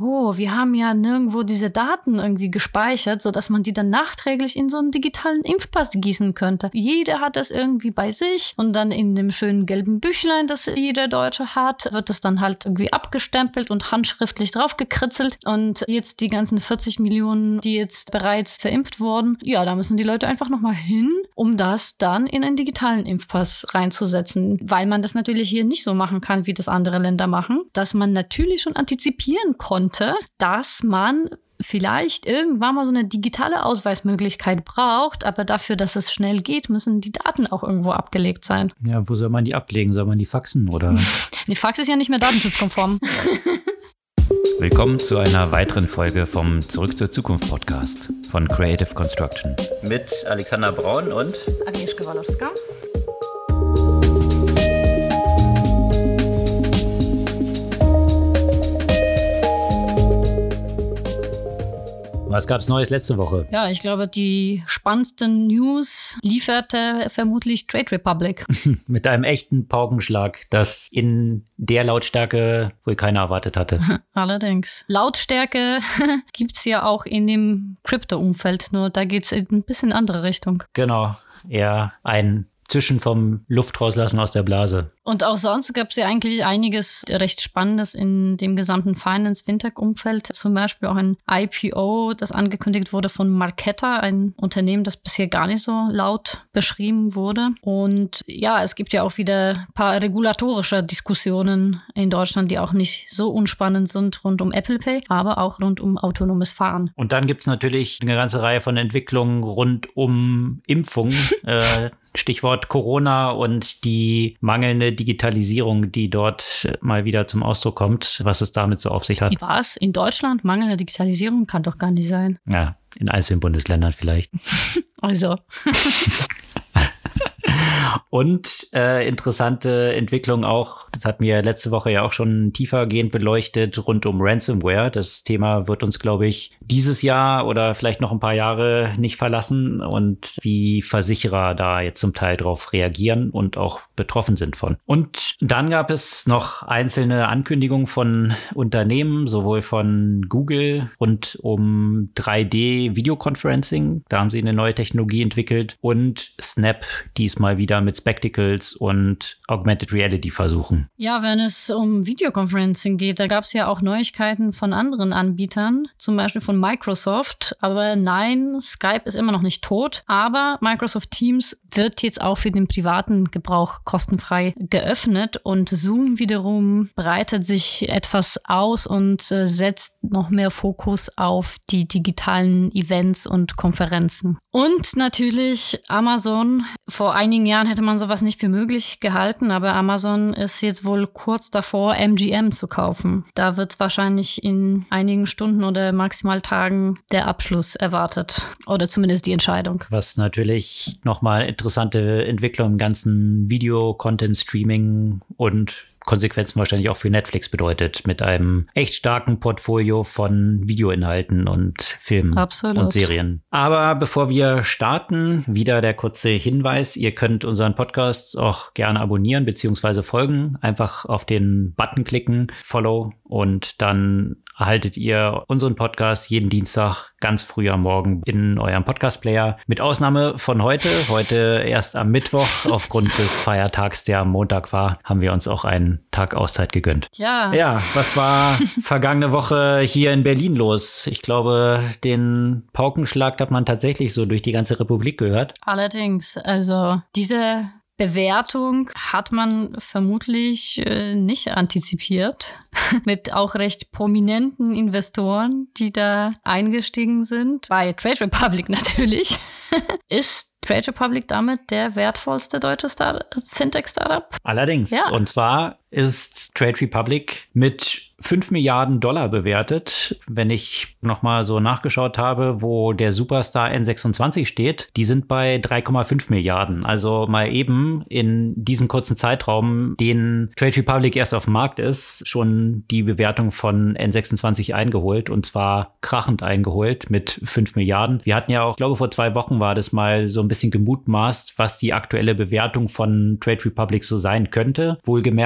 wir haben ja nirgendwo diese Daten irgendwie gespeichert, sodass man die dann nachträglich in so einen digitalen Impfpass gießen könnte. Jeder hat das irgendwie bei sich und dann in dem schönen gelben Büchlein, das jeder Deutsche hat, wird es dann halt irgendwie abgestempelt und handschriftlich draufgekritzelt. Und jetzt die ganzen 40 Millionen, die jetzt bereits verimpft wurden, ja, da müssen die Leute einfach nochmal hin, um das dann in einen digitalen Impfpass reinzusetzen, weil man das natürlich hier nicht so machen kann, wie das andere Länder machen, dass man natürlich schon antizipieren konnte, dass man vielleicht irgendwann mal so eine digitale Ausweismöglichkeit braucht, aber dafür, dass es schnell geht, müssen die Daten auch irgendwo abgelegt sein. Ja, wo soll man die ablegen? Soll man die faxen, oder? Die Fax ist ja nicht mehr datenschutzkonform. Willkommen zu einer weiteren Folge vom Zurück zur Zukunft Podcast von Creative Construction. Mit Alexander Braun und Agnieszka Walowska. Was gab's Neues letzte Woche? Ja, ich glaube, die spannendsten News lieferte vermutlich Trade Republic. Mit einem echten Paukenschlag, das in der Lautstärke wohl keiner erwartet hatte. Allerdings. Lautstärke gibt's ja auch in dem Krypto-Umfeld, nur da geht's in ein bisschen andere Richtung. Genau, eher ein Zischen vom Luft rauslassen aus der Blase. Und auch sonst gab es ja eigentlich einiges recht Spannendes in dem gesamten Finance-Fintech-Umfeld. Zum Beispiel auch ein IPO, das angekündigt wurde von Marqeta, ein Unternehmen, das bisher gar nicht so laut beschrieben wurde. Und ja, es gibt ja auch wieder ein paar regulatorische Diskussionen in Deutschland, die auch nicht so unspannend sind rund um Apple Pay, aber auch rund um autonomes Fahren. Und dann gibt es natürlich eine ganze Reihe von Entwicklungen rund um Impfungen. Stichwort Corona und die mangelnde Digitalisierung, die dort mal wieder zum Ausdruck kommt, was es damit so auf sich hat. Was? In Deutschland? Mangelnde Digitalisierung kann doch gar nicht sein. Ja, in einzelnen Bundesländern vielleicht. Also. Und interessante Entwicklung auch, das hatten wir letzte Woche ja auch schon tiefergehend beleuchtet, rund um Ransomware. Das Thema wird uns, glaube ich, dieses Jahr oder vielleicht noch ein paar Jahre nicht verlassen und wie Versicherer da jetzt zum Teil drauf reagieren und auch betroffen sind von. Und dann gab es noch einzelne Ankündigungen von Unternehmen, sowohl von Google rund um 3D-Videoconferencing. Da haben sie eine neue Technologie entwickelt und Snap diesmal wieder mit Spectacles und Augmented Reality versuchen. Ja, wenn es um Videoconferencing geht, da gab es ja auch Neuigkeiten von anderen Anbietern, zum Beispiel von Microsoft. Aber nein, Skype ist immer noch nicht tot. Aber Microsoft Teams wird jetzt auch für den privaten Gebrauch kostenfrei geöffnet und Zoom wiederum breitet sich etwas aus und setzt noch mehr Fokus auf die digitalen Events und Konferenzen. Und natürlich Amazon. Vor einigen Jahren hätte man sowas nicht für möglich gehalten, aber Amazon ist jetzt wohl kurz davor, MGM zu kaufen. Da wird wahrscheinlich in einigen Stunden oder maximal Tagen der Abschluss erwartet oder zumindest die Entscheidung. Was natürlich nochmal interessante Entwicklung im ganzen Video-Content-Streaming und Konsequenzen wahrscheinlich auch für Netflix bedeutet, mit einem echt starken Portfolio von Videoinhalten und Filmen und Serien. Aber bevor wir starten, wieder der kurze Hinweis, ihr könnt unseren Podcast auch gerne abonnieren bzw. folgen. Einfach auf den Button klicken, Follow und dann erhaltet ihr unseren Podcast jeden Dienstag ganz früh am Morgen in eurem Podcast-Player. Mit Ausnahme von heute erst am Mittwoch, aufgrund des Feiertags, der am Montag war, haben wir uns auch einen Tag Auszeit gegönnt. Ja. Ja, was war vergangene Woche hier in Berlin los? Ich glaube, den Paukenschlag hat man tatsächlich so durch die ganze Republik gehört. Allerdings, also diese Bewertung hat man vermutlich nicht antizipiert. Mit auch recht prominenten Investoren, die da eingestiegen sind. Bei Trade Republic natürlich. Ist Trade Republic damit der wertvollste deutsche Fintech-Startup? Allerdings. Ja. Und zwar ist Trade Republic mit 5 Milliarden Dollar bewertet. Wenn ich nochmal so nachgeschaut habe, wo der Superstar N26 steht, die sind bei 3,5 Milliarden. Also mal eben in diesem kurzen Zeitraum, den Trade Republic erst auf dem Markt ist, schon die Bewertung von N26 eingeholt und zwar krachend eingeholt mit 5 Milliarden. Wir hatten ja auch, ich glaube vor 2 Wochen war das mal so ein bisschen gemutmaßt, was die aktuelle Bewertung von Trade Republic so sein könnte. Wohlgemerkt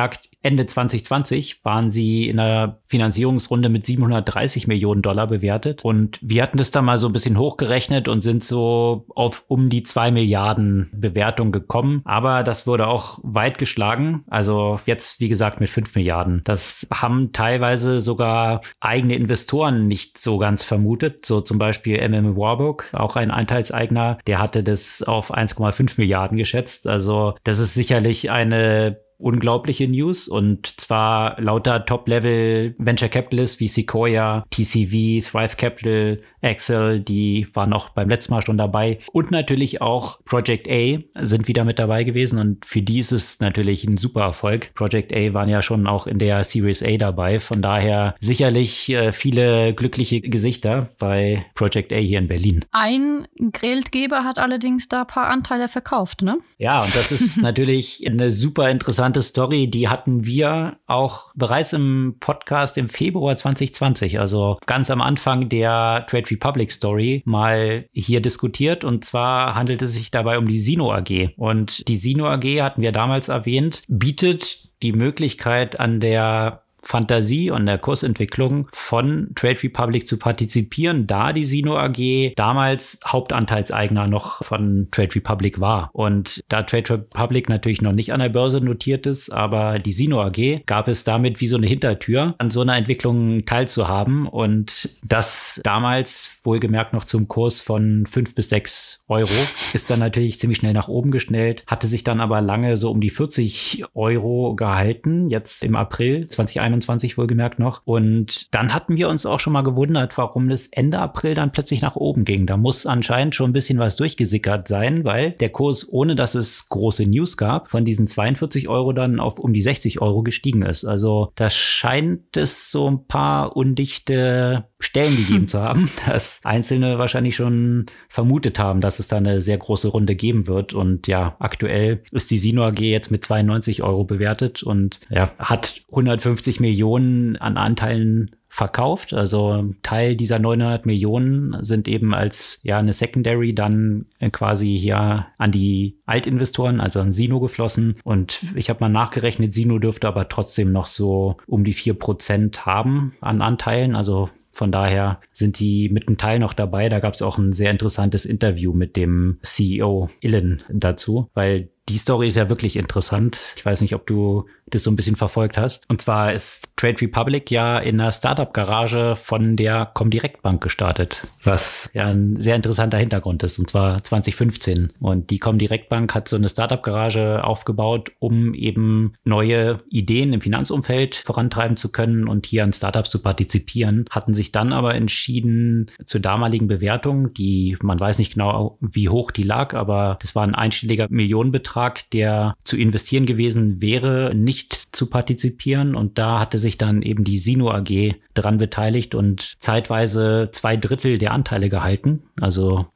Ende 2020 waren sie in einer Finanzierungsrunde mit $730 Millionen bewertet. Und wir hatten das da mal so ein bisschen hochgerechnet und sind so auf um die 2 Milliarden Bewertung gekommen. Aber das wurde auch weit geschlagen. Also jetzt, wie gesagt, mit 5 Milliarden. Das haben teilweise sogar eigene Investoren nicht so ganz vermutet. So zum Beispiel Warburg, auch ein Anteilseigner, der hatte das auf 1,5 Milliarden geschätzt. Also das ist sicherlich eine unglaubliche News, und zwar lauter Top-Level Venture Capitalists wie Sequoia, TCV, Thrive Capital, Accel, die waren auch beim letzten Mal schon dabei, und natürlich auch Project A sind wieder mit dabei gewesen, und für die ist es natürlich ein super Erfolg. Project A waren ja schon auch in der Series A dabei, von daher sicherlich viele glückliche Gesichter bei Project A hier in Berlin. Ein Geldgeber hat allerdings da ein paar Anteile verkauft, ne? Ja, und das ist natürlich eine super interessante Story, die hatten wir auch bereits im Podcast im Februar 2020, also ganz am Anfang der Trade Republic Story, mal hier diskutiert. Und zwar handelt es sich dabei um die Sino AG. Und die Sino AG, hatten wir damals erwähnt, bietet die Möglichkeit, an der Fantasie und der Kursentwicklung von Trade Republic zu partizipieren, da die Sino AG damals Hauptanteilseigner noch von Trade Republic war. Und da Trade Republic natürlich noch nicht an der Börse notiert ist, aber die Sino AG, gab es damit wie so eine Hintertür, an so einer Entwicklung teilzuhaben, und das damals wohlgemerkt noch zum Kurs von 5 bis 6 Euro, ist dann natürlich ziemlich schnell nach oben geschnellt, hatte sich dann aber lange so um die 40 Euro gehalten, jetzt im April 2021 wohlgemerkt noch. Und dann hatten wir uns auch schon mal gewundert, warum das Ende April dann plötzlich nach oben ging. Da muss anscheinend schon ein bisschen was durchgesickert sein, weil der Kurs, ohne dass es große News gab, von diesen 42 Euro dann auf um die 60 Euro gestiegen ist. Also da scheint es so ein paar undichte Stellen gegeben zu haben, dass Einzelne wahrscheinlich schon vermutet haben, dass es da eine sehr große Runde geben wird. Und ja, aktuell ist die Sino AG jetzt mit 92 Euro bewertet und ja, hat 150 Millionen an Anteilen verkauft. Also Teil dieser 900 Millionen sind eben als eine Secondary dann quasi hier an die Altinvestoren, also an Sino geflossen. Und ich habe mal nachgerechnet, Sino dürfte aber trotzdem noch so um die 4% haben an Anteilen. Also von daher sind die mit einem Teil noch dabei. Da gab es auch ein sehr interessantes Interview mit dem CEO Illen dazu, weil die Story ist ja wirklich interessant. Ich weiß nicht, ob du das so ein bisschen verfolgt hast. Und zwar ist Trade Republic ja in einer Startup-Garage von der Comdirect Bank gestartet, was ja ein sehr interessanter Hintergrund ist, und zwar 2015. Und die Comdirect Bank hat so eine Startup-Garage aufgebaut, um eben neue Ideen im Finanzumfeld vorantreiben zu können und hier an Startups zu partizipieren, hatten sich dann aber entschieden, zur damaligen Bewertung, die man weiß nicht genau, wie hoch die lag, aber das war ein einstelliger Millionenbetrag, der zu investieren gewesen wäre, nicht zu partizipieren. Und da hatte sich dann eben die Sino AG dran beteiligt und zeitweise 2/3 der Anteile gehalten, also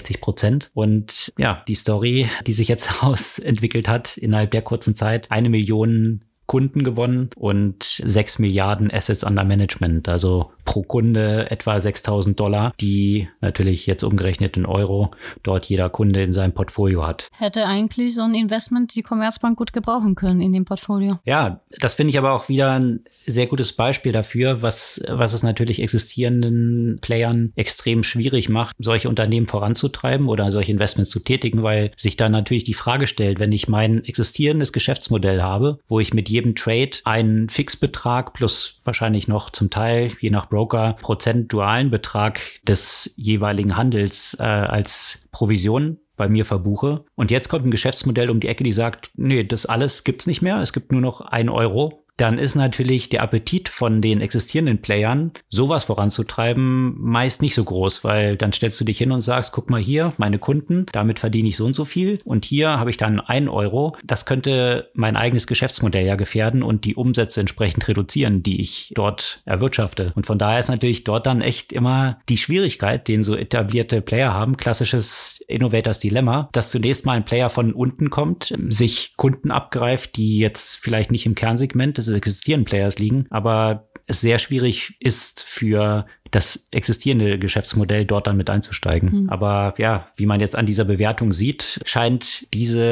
66%. Und ja, die Story, die sich jetzt entwickelt hat, innerhalb der kurzen Zeit 1 Million Kunden gewonnen und 6 Milliarden Assets under Management, also pro Kunde etwa $6.000, die natürlich jetzt umgerechnet in Euro dort jeder Kunde in seinem Portfolio hat. Hätte eigentlich so ein Investment die Commerzbank gut gebrauchen können in dem Portfolio. Ja, das finde ich aber auch wieder ein sehr gutes Beispiel dafür, was es natürlich existierenden Playern extrem schwierig macht, solche Unternehmen voranzutreiben oder solche Investments zu tätigen, weil sich da natürlich die Frage stellt, wenn ich mein existierendes Geschäftsmodell habe, wo ich mit jedem Trade einen Fixbetrag plus wahrscheinlich noch zum Teil, je nach Broker, prozentualen Betrag des jeweiligen Handels als Provision bei mir verbuche. Und jetzt kommt ein Geschäftsmodell um die Ecke, die sagt, nee, das alles gibt's nicht mehr, es gibt nur noch 1 Euro. Dann ist natürlich der Appetit von den existierenden Playern, sowas voranzutreiben, meist nicht so groß, weil dann stellst du dich hin und sagst, guck mal hier, meine Kunden, damit verdiene ich so und so viel und hier habe ich dann 1 Euro. Das könnte mein eigenes Geschäftsmodell ja gefährden und die Umsätze entsprechend reduzieren, die ich dort erwirtschafte. Und von daher ist natürlich dort dann echt immer die Schwierigkeit, den so etablierte Player haben, klassisches Innovators Dilemma, dass zunächst mal ein Player von unten kommt, sich Kunden abgreift, die jetzt vielleicht nicht im Kernsegment des existierenden Players liegen, aber es sehr schwierig ist für das existierende Geschäftsmodell dort dann mit einzusteigen. Aber ja, wie man jetzt an dieser Bewertung sieht, scheint diese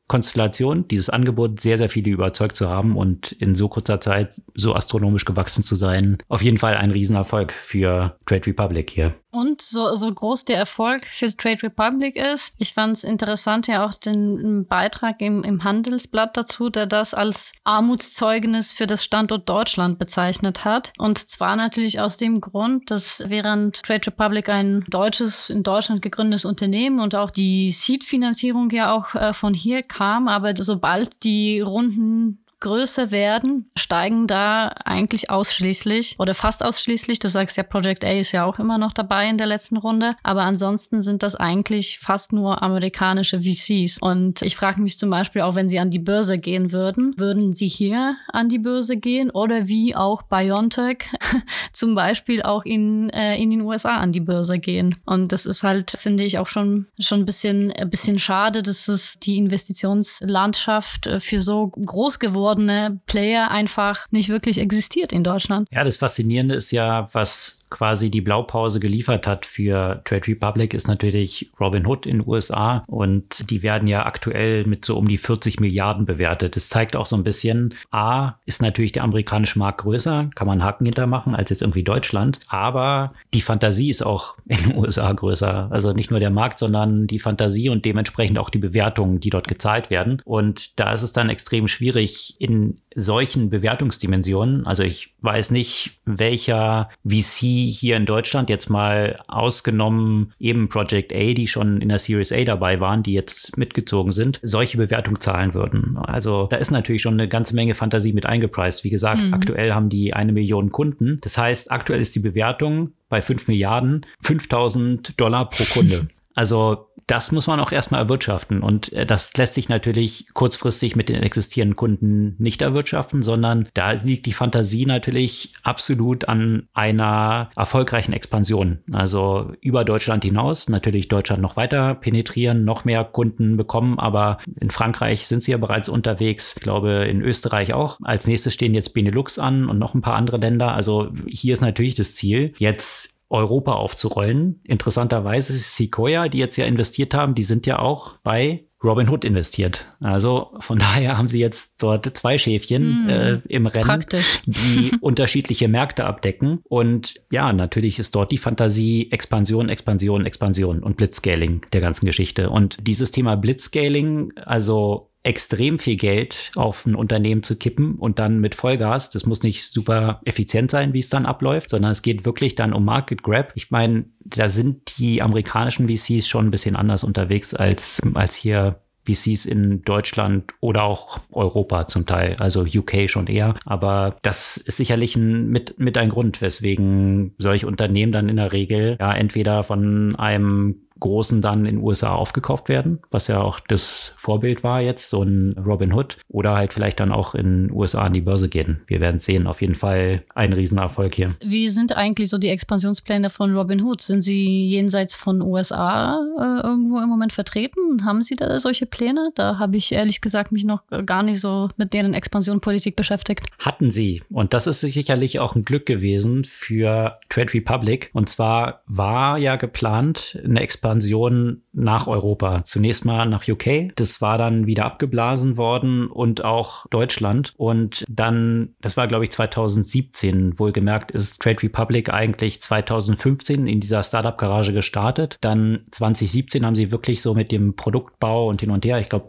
Konstellation, dieses Angebot, sehr, sehr viele überzeugt zu haben und in so kurzer Zeit so astronomisch gewachsen zu sein. Auf jeden Fall ein Riesenerfolg für Trade Republic hier. Und so groß der Erfolg für Trade Republic ist, ich fand es interessant, ja auch den Beitrag im Handelsblatt dazu, der das als Armutszeugnis für das Standort Deutschland bezeichnet hat. Und zwar natürlich aus dem Grund, dass während Trade Republic ein deutsches, in Deutschland gegründetes Unternehmen und auch die Seed-Finanzierung ja auch von hier kam, aber sobald die Runden größer werden, steigen da eigentlich ausschließlich oder fast ausschließlich, du sagst ja, Project A ist ja auch immer noch dabei in der letzten Runde, aber ansonsten sind das eigentlich fast nur amerikanische VCs. Und ich frage mich zum Beispiel auch, wenn sie an die Börse gehen würden sie hier an die Börse gehen oder wie auch BioNTech zum Beispiel auch in den USA an die Börse gehen. Und das ist halt, finde ich, auch schon ein bisschen schade, dass es die Investitionslandschaft für so groß geworden Player einfach nicht wirklich existiert in Deutschland. Ja, das Faszinierende ist ja, was quasi die Blaupause geliefert hat für Trade Republic, ist natürlich Robinhood in den USA und die werden ja aktuell mit so um die 40 Milliarden bewertet. Das zeigt auch so ein bisschen, ist natürlich der amerikanische Markt größer, kann man einen Haken hintermachen, als jetzt irgendwie Deutschland, aber die Fantasie ist auch in den USA größer. Also nicht nur der Markt, sondern die Fantasie und dementsprechend auch die Bewertungen, die dort gezahlt werden. Und da ist es dann extrem schwierig, in solchen Bewertungsdimensionen, also ich weiß nicht, welcher VC hier in Deutschland, jetzt mal ausgenommen eben Project A, die schon in der Series A dabei waren, die jetzt mitgezogen sind, solche Bewertungen zahlen würden. Also da ist natürlich schon eine ganze Menge Fantasie mit eingepreist. Wie gesagt, aktuell haben die 1 Million Kunden. Das heißt, aktuell ist die Bewertung bei 5 Milliarden $5.000 pro Kunde. Also das muss man auch erstmal erwirtschaften und das lässt sich natürlich kurzfristig mit den existierenden Kunden nicht erwirtschaften, sondern da liegt die Fantasie natürlich absolut an einer erfolgreichen Expansion. Also über Deutschland hinaus, natürlich Deutschland noch weiter penetrieren, noch mehr Kunden bekommen, aber in Frankreich sind sie ja bereits unterwegs, ich glaube in Österreich auch. Als nächstes stehen jetzt Benelux an und noch ein paar andere Länder. Also hier ist natürlich das Ziel, jetzt Europa aufzurollen. Interessanterweise ist Sequoia, die jetzt ja investiert haben, die sind ja auch bei Robinhood investiert. Also von daher haben sie jetzt dort 2 Schäfchen im Rennen, praktisch, die unterschiedliche Märkte abdecken. Und ja, natürlich ist dort die Fantasie Expansion, Expansion, Expansion und Blitzscaling der ganzen Geschichte. Und dieses Thema Blitzscaling, also extrem viel Geld auf ein Unternehmen zu kippen und dann mit Vollgas, das muss nicht super effizient sein, wie es dann abläuft, sondern es geht wirklich dann um Market Grab. Ich meine, da sind die amerikanischen VCs schon ein bisschen anders unterwegs als hier VCs in Deutschland oder auch Europa zum Teil, also UK schon eher. Aber das ist sicherlich mit ein Grund, weswegen solche Unternehmen dann in der Regel ja entweder von einem Großen dann in den USA aufgekauft werden, was ja auch das Vorbild war jetzt, so ein Robinhood, oder halt vielleicht dann auch in den USA an die Börse gehen. Wir werden sehen, auf jeden Fall ein Riesenerfolg hier. Wie sind eigentlich so die Expansionspläne von Robinhood? Sind sie jenseits von USA irgendwo im Moment vertreten? Haben sie da solche Pläne? Da habe ich ehrlich gesagt mich noch gar nicht so mit deren Expansionpolitik beschäftigt. Hatten sie. Und das ist sicherlich auch ein Glück gewesen für Trade Republic. Und zwar war ja geplant eine Expansion nach Europa. Zunächst mal nach UK. Das war dann wieder abgeblasen worden und auch Deutschland. Und dann, das war glaube ich 2017, wohlgemerkt ist Trade Republic eigentlich 2015 in dieser Startup-Garage gestartet. Dann 2017 haben sie wirklich so mit dem Produktbau und hin und her, ich glaube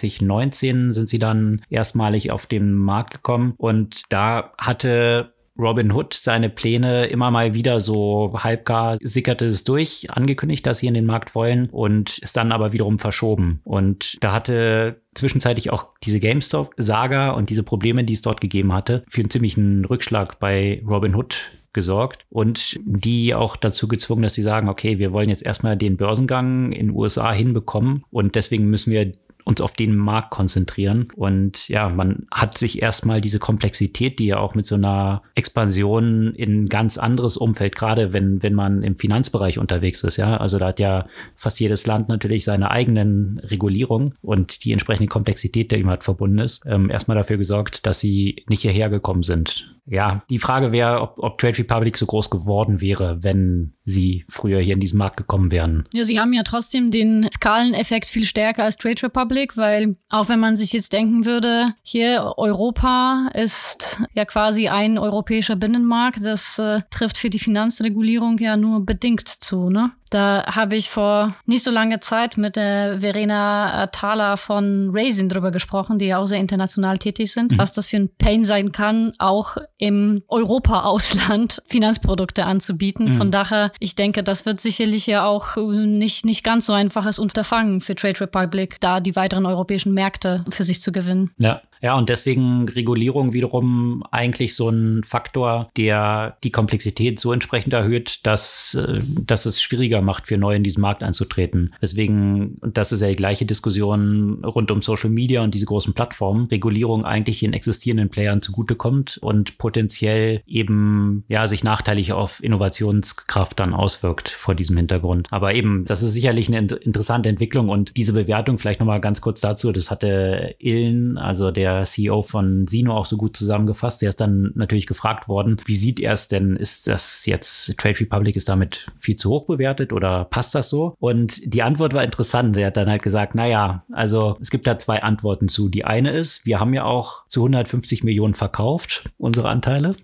2019 sind sie dann erstmalig auf den Markt gekommen. Und da hatte Robinhood seine Pläne immer mal wieder so halbgar sickerte es durch, angekündigt, dass sie in den Markt wollen und ist dann aber wiederum verschoben. Und da hatte zwischenzeitlich auch diese GameStop-Saga und diese Probleme, die es dort gegeben hatte, für einen ziemlichen Rückschlag bei Robinhood gesorgt und die auch dazu gezwungen, dass sie sagen, okay, wir wollen jetzt erstmal den Börsengang in den USA hinbekommen und deswegen müssen wir uns auf den Markt konzentrieren. Und ja, man hat sich erstmal diese Komplexität, die ja auch mit so einer Expansion in ein ganz anderes Umfeld, gerade wenn man im Finanzbereich unterwegs ist, ja, also da hat ja fast jedes Land natürlich seine eigenen Regulierungen und die entsprechende Komplexität, der ihm halt verbunden ist, erstmal dafür gesorgt, dass sie nicht hierher gekommen sind. Ja, die Frage wäre, ob Trade Republic so groß geworden wäre, wenn sie früher hier in diesen Markt gekommen wären. Ja, sie haben ja trotzdem den Skaleneffekt viel stärker als Trade Republic. Republic, weil auch wenn man sich jetzt denken würde, hier Europa ist ja quasi ein europäischer Binnenmarkt, das trifft für die Finanzregulierung ja nur bedingt zu, ne? Da habe ich vor nicht so langer Zeit mit der Verena Thaler von Raisin drüber gesprochen, die ja auch sehr international tätig sind, was das für ein Pain sein kann, auch im Europa-Ausland Finanzprodukte anzubieten. Von daher, ich denke, das wird sicherlich ja auch nicht ganz so einfaches Unterfangen für Trade Republic, da die weiteren europäischen Märkte für sich zu gewinnen. Ja, und deswegen Regulierung wiederum eigentlich so ein Faktor, der die Komplexität so entsprechend erhöht, dass es schwieriger macht, für neu in diesen Markt einzutreten. Deswegen, und das ist ja die gleiche Diskussion rund um Social Media und diese großen Plattformen, Regulierung eigentlich den existierenden Playern zugutekommt und potenziell eben ja sich nachteilig auf Innovationskraft dann auswirkt vor diesem Hintergrund. Aber eben, das ist sicherlich eine interessante Entwicklung und diese Bewertung vielleicht nochmal ganz kurz dazu, das hatte Iln, also der CEO von Sino, auch so gut zusammengefasst. Der ist dann natürlich gefragt worden, wie sieht er es denn? Ist das jetzt, Trade Republic ist damit viel zu hoch bewertet oder passt das so? Und die Antwort war interessant. Er hat dann halt gesagt, naja, also es gibt da zwei Antworten zu. Die eine ist, wir haben ja auch zu 150 Millionen verkauft, unsere Anteile.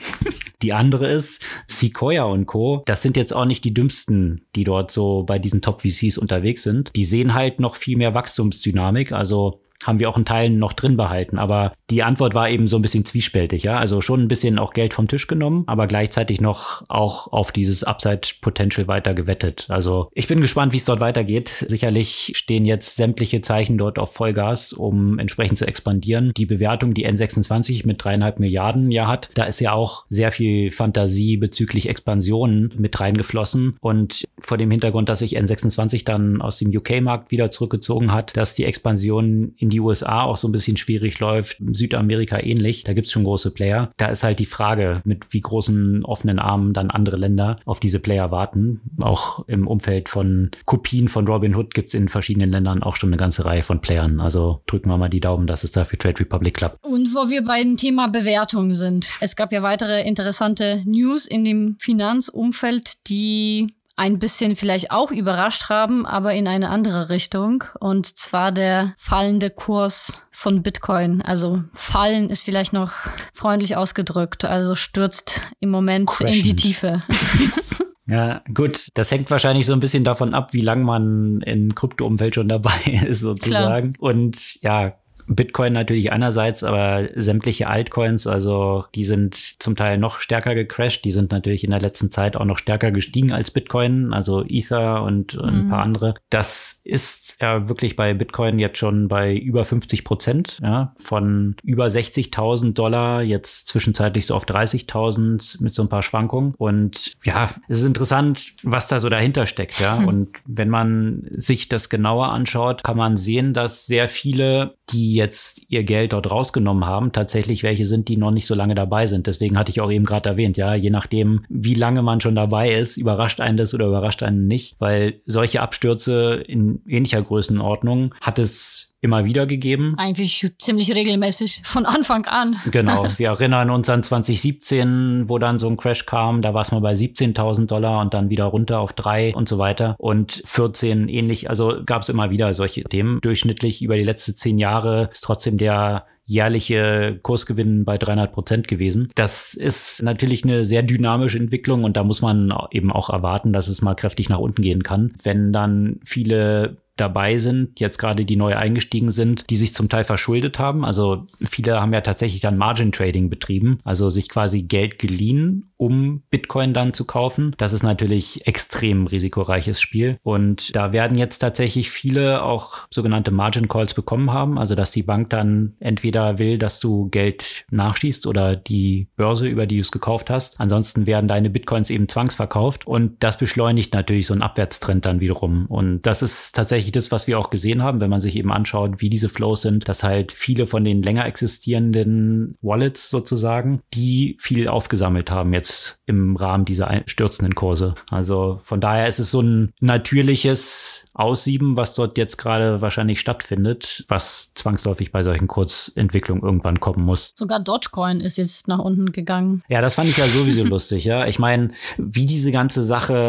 Die andere ist, Sequoia und Co., das sind jetzt auch nicht die dümmsten, die dort so bei diesen Top-VCs unterwegs sind. Die sehen halt noch viel mehr Wachstumsdynamik, also haben wir auch in Teilen noch drin behalten. Aber die Antwort war eben so ein bisschen zwiespältig, ja. Also schon ein bisschen auch Geld vom Tisch genommen, aber gleichzeitig noch auch auf dieses Upside-Potential weiter gewettet. Also ich bin gespannt, wie es dort weitergeht. Sicherlich stehen jetzt sämtliche Zeichen dort auf Vollgas, um entsprechend zu expandieren. Die Bewertung, die N26 mit 3,5 Milliarden ja hat, da ist ja auch sehr viel Fantasie bezüglich Expansionen mit reingeflossen. Und vor dem Hintergrund, dass sich N26 dann aus dem UK-Markt wieder zurückgezogen hat, dass die Expansion in die USA auch so ein bisschen schwierig läuft, Südamerika ähnlich, da gibt's schon große Player. Da ist halt die Frage, mit wie großen offenen Armen dann andere Länder auf diese Player warten. Auch im Umfeld von Kopien von Robinhood gibt's in verschiedenen Ländern auch schon eine ganze Reihe von Playern. Also drücken wir mal die Daumen, dass es da für Trade Republic klappt. Und wo wir bei dem Thema Bewertung sind. Es gab ja weitere interessante News in dem Finanzumfeld, die ein bisschen vielleicht auch überrascht haben, aber in eine andere Richtung. Und zwar der fallende Kurs von Bitcoin. Also fallen ist vielleicht noch freundlich ausgedrückt. Also stürzt im Moment in die Tiefe. Ja, gut, das hängt wahrscheinlich so ein bisschen davon ab, wie lange man im Krypto-Umfeld schon dabei ist, sozusagen. Klar. Und ja, Bitcoin natürlich einerseits, aber sämtliche Altcoins, also die sind zum Teil noch stärker gecrashed. Die sind natürlich in der letzten Zeit auch noch stärker gestiegen als Bitcoin, also Ether und ein paar andere. Das ist ja wirklich bei Bitcoin jetzt schon bei über 50%, ja, von über $60.000 jetzt zwischenzeitlich so auf 30.000 mit so ein paar Schwankungen. Und ja, es ist interessant, was da so dahinter steckt, ja. Und wenn man sich das genauer anschaut, kann man sehen, dass sehr viele, die jetzt ihr Geld dort rausgenommen haben, tatsächlich welche sind, die noch nicht so lange dabei sind. Deswegen hatte ich auch eben gerade erwähnt, ja, je nachdem, wie lange man schon dabei ist, überrascht einen das oder überrascht einen nicht, weil solche Abstürze in ähnlicher Größenordnung hat es immer wieder gegeben. Eigentlich ziemlich regelmäßig, von Anfang an. Genau, wir erinnern uns an 2017, wo dann so ein Crash kam, da war es mal bei $17.000 und dann wieder runter auf 3 und so weiter und 14 ähnlich, also gab es immer wieder solche Themen. Durchschnittlich über die letzten 10 Jahre ist trotzdem der jährliche Kursgewinn bei 300% gewesen. Das ist natürlich eine sehr dynamische Entwicklung und da muss man eben auch erwarten, dass es mal kräftig nach unten gehen kann. Wenn dann viele dabei sind, jetzt gerade die neu eingestiegen sind, die sich zum Teil verschuldet haben. Also viele haben ja tatsächlich dann Margin Trading betrieben, also sich quasi Geld geliehen, um Bitcoin dann zu kaufen. Das ist natürlich extrem risikoreiches Spiel. Und da werden jetzt tatsächlich viele auch sogenannte Margin Calls bekommen haben, also dass die Bank dann entweder will, dass du Geld nachschießt oder die Börse, über die du es gekauft hast. Ansonsten werden deine Bitcoins eben zwangsverkauft und das beschleunigt natürlich so einen Abwärtstrend dann wiederum. Und das ist tatsächlich das, was wir auch gesehen haben, wenn man sich eben anschaut, wie diese Flows sind, dass halt viele von den länger existierenden Wallets sozusagen, die viel aufgesammelt haben jetzt im Rahmen dieser stürzenden Kurse. Also von daher ist es so ein natürliches Aussieben, was dort jetzt gerade wahrscheinlich stattfindet, was zwangsläufig bei solchen Kurzentwicklungen irgendwann kommen muss. Sogar Dogecoin ist jetzt nach unten gegangen. Ja, das fand ich ja sowieso lustig, ja. Ich meine, wie diese ganze Sache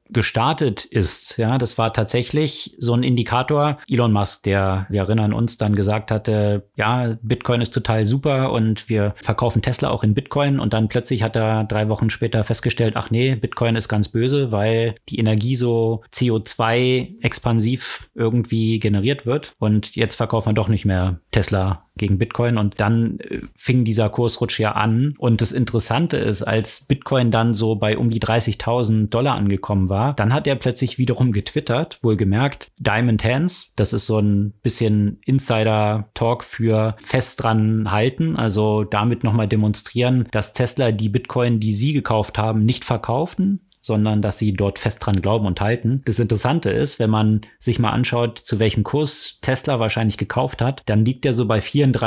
gestartet ist, ja, das war tatsächlich so ein Indikator. Elon Musk, der, wir erinnern uns, dann gesagt hatte, ja, Bitcoin ist total super und wir verkaufen Tesla auch in Bitcoin, und dann plötzlich hat er 3 Wochen später festgestellt, ach nee, Bitcoin ist ganz böse, weil die Energie so CO2-expansiv irgendwie generiert wird, und jetzt verkauft man doch nicht mehr Tesla gegen Bitcoin, und dann fing dieser Kursrutsch ja an. Und das Interessante ist, als Bitcoin dann so bei um die $30.000 angekommen war, dann hat er plötzlich wiederum getwittert, wohlgemerkt, Diamond Hands, das ist so ein bisschen Insider-Talk für fest dran halten, also damit nochmal demonstrieren, dass Tesla die Bitcoin, die sie gekauft haben, nicht verkauften, sondern dass sie dort fest dran glauben und halten. Das Interessante ist, wenn man sich mal anschaut, zu welchem Kurs Tesla wahrscheinlich gekauft hat, dann liegt der so bei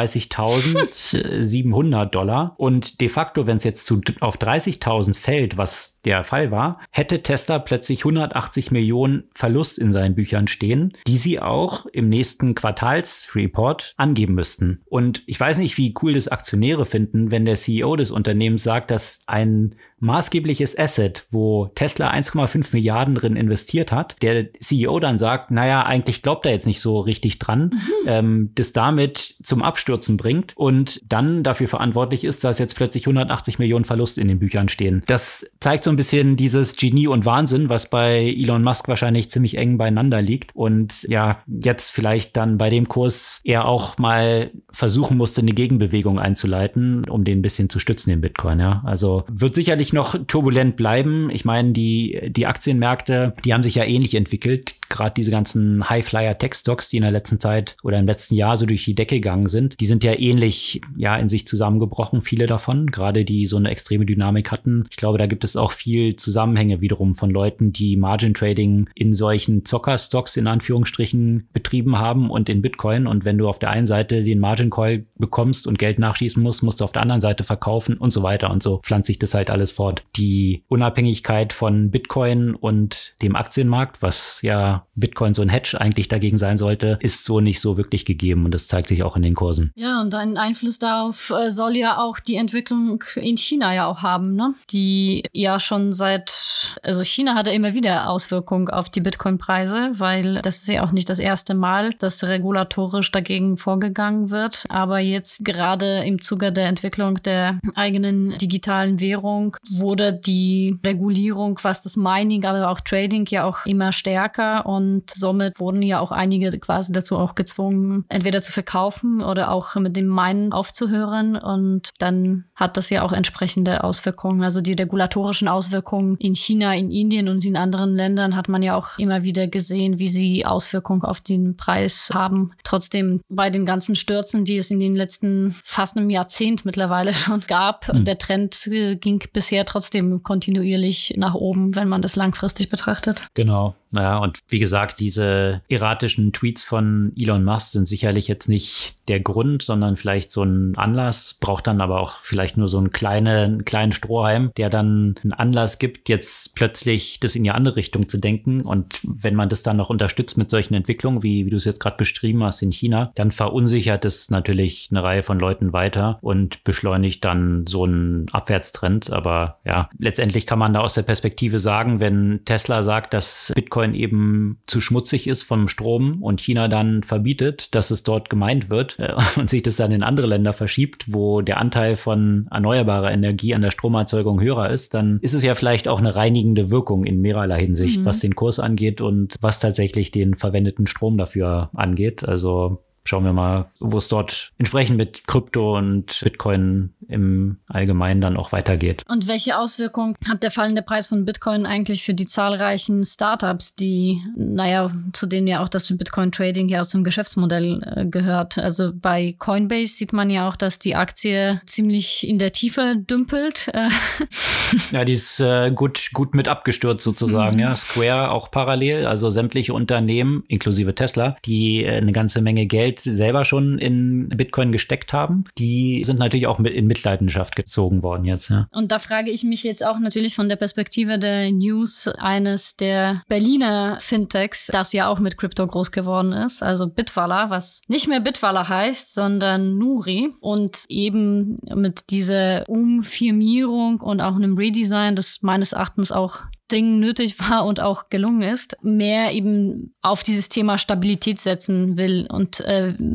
$34.700. Und de facto, wenn es jetzt auf 30.000 fällt, was der Fall war, hätte Tesla plötzlich 180 Millionen Verlust in seinen Büchern stehen, die sie auch im nächsten Quartalsreport angeben müssten. Und ich weiß nicht, wie cool das Aktionäre finden, wenn der CEO des Unternehmens sagt, dass ein maßgebliches Asset, wo Tesla 1,5 Milliarden drin investiert hat, der CEO dann sagt, naja, eigentlich glaubt er jetzt nicht so richtig dran, das damit zum Abstürzen bringt und dann dafür verantwortlich ist, dass jetzt plötzlich 180 Millionen Verlust in den Büchern stehen. Das zeigt so ein bisschen dieses Genie und Wahnsinn, was bei Elon Musk wahrscheinlich ziemlich eng beieinander liegt, und ja, jetzt vielleicht dann bei dem Kurs er auch mal versuchen musste, eine Gegenbewegung einzuleiten, um den ein bisschen zu stützen, den Bitcoin, ja. Also wird sicherlich noch turbulent bleiben. Ich meine, die Aktienmärkte, die haben sich ja ähnlich entwickelt. Gerade diese ganzen High-Flyer-Tech-Stocks, die in der letzten Zeit oder im letzten Jahr so durch die Decke gegangen sind, die sind ja ähnlich in sich zusammengebrochen, viele davon, gerade die so eine extreme Dynamik hatten. Ich glaube, da gibt es auch viel Zusammenhänge wiederum von Leuten, die Margin-Trading in solchen Zocker-Stocks in Anführungsstrichen betrieben haben und in Bitcoin. Und wenn du auf der einen Seite den Margin-Call bekommst und Geld nachschießen musst, musst du auf der anderen Seite verkaufen und so weiter. Und so pflanzt sich das halt alles fort. Die Unabhängigkeit von Bitcoin und dem Aktienmarkt, was ja Bitcoin so ein Hedge eigentlich dagegen sein sollte, ist so nicht so wirklich gegeben, und das zeigt sich auch in den Kursen. Ja, und einen Einfluss darauf soll ja auch die Entwicklung in China ja auch haben, ne? Die ja schon also China hatte immer wieder Auswirkungen auf die Bitcoin-Preise, weil das ist ja auch nicht das erste Mal, dass regulatorisch dagegen vorgegangen wird. Aber jetzt gerade im Zuge der Entwicklung der eigenen digitalen Währung wurde die Regulierung, was das Mining, aber auch Trading ja auch immer stärker, und somit wurden ja auch einige quasi dazu auch gezwungen, entweder zu verkaufen oder auch mit dem Minen aufzuhören, und dann hat das ja auch entsprechende Auswirkungen. Also die regulatorischen Auswirkungen in China, in Indien und in anderen Ländern hat man ja auch immer wieder gesehen, wie sie Auswirkungen auf den Preis haben. Trotzdem bei den ganzen Stürzen, die es in den letzten fast einem Jahrzehnt mittlerweile schon gab, der Trend ging bisher trotzdem kontinuierlich nach oben, wenn man das langfristig betrachtet. Genau. Naja, und wie gesagt, diese erratischen Tweets von Elon Musk sind sicherlich jetzt nicht der Grund, sondern vielleicht so ein Anlass, braucht dann aber auch vielleicht nur so einen kleinen Strohhalm, der dann einen Anlass gibt, jetzt plötzlich das in die andere Richtung zu denken. Und wenn man das dann noch unterstützt mit solchen Entwicklungen, wie du es jetzt gerade beschrieben hast in China, dann verunsichert es natürlich eine Reihe von Leuten weiter und beschleunigt dann so einen Abwärtstrend. Aber ja, letztendlich kann man da aus der Perspektive sagen, wenn Tesla sagt, dass Bitcoin eben zu schmutzig ist vom Strom und China dann verbietet, dass es dort gemeint wird und sich das dann in andere Länder verschiebt, wo der Anteil von erneuerbarer Energie an der Stromerzeugung höher ist, dann ist es ja vielleicht auch eine reinigende Wirkung in mehrerlei Hinsicht, was den Kurs angeht und was tatsächlich den verwendeten Strom dafür angeht. Also schauen wir mal, wo es dort entsprechend mit Krypto und Bitcoin im Allgemeinen dann auch weitergeht. Und welche Auswirkungen hat der fallende Preis von Bitcoin eigentlich für die zahlreichen Startups, die, zu denen ja auch das Bitcoin-Trading ja aus dem Geschäftsmodell gehört? Also bei Coinbase sieht man ja auch, dass die Aktie ziemlich in der Tiefe dümpelt. Ja, die ist gut mit abgestürzt sozusagen. Ja, Square auch parallel, also sämtliche Unternehmen, inklusive Tesla, die eine ganze Menge Geld selber schon in Bitcoin gesteckt haben, die sind natürlich auch in Mitleidenschaft gezogen worden jetzt. Ja. Und da frage ich mich jetzt auch natürlich von der Perspektive der News eines der Berliner Fintechs, das ja auch mit Krypto groß geworden ist, also Bitwala, was nicht mehr Bitwala heißt, sondern Nuri, und eben mit dieser Umfirmierung und auch einem Redesign, das meines Erachtens auch dringend nötig war und auch gelungen ist, mehr eben auf dieses Thema Stabilität setzen will und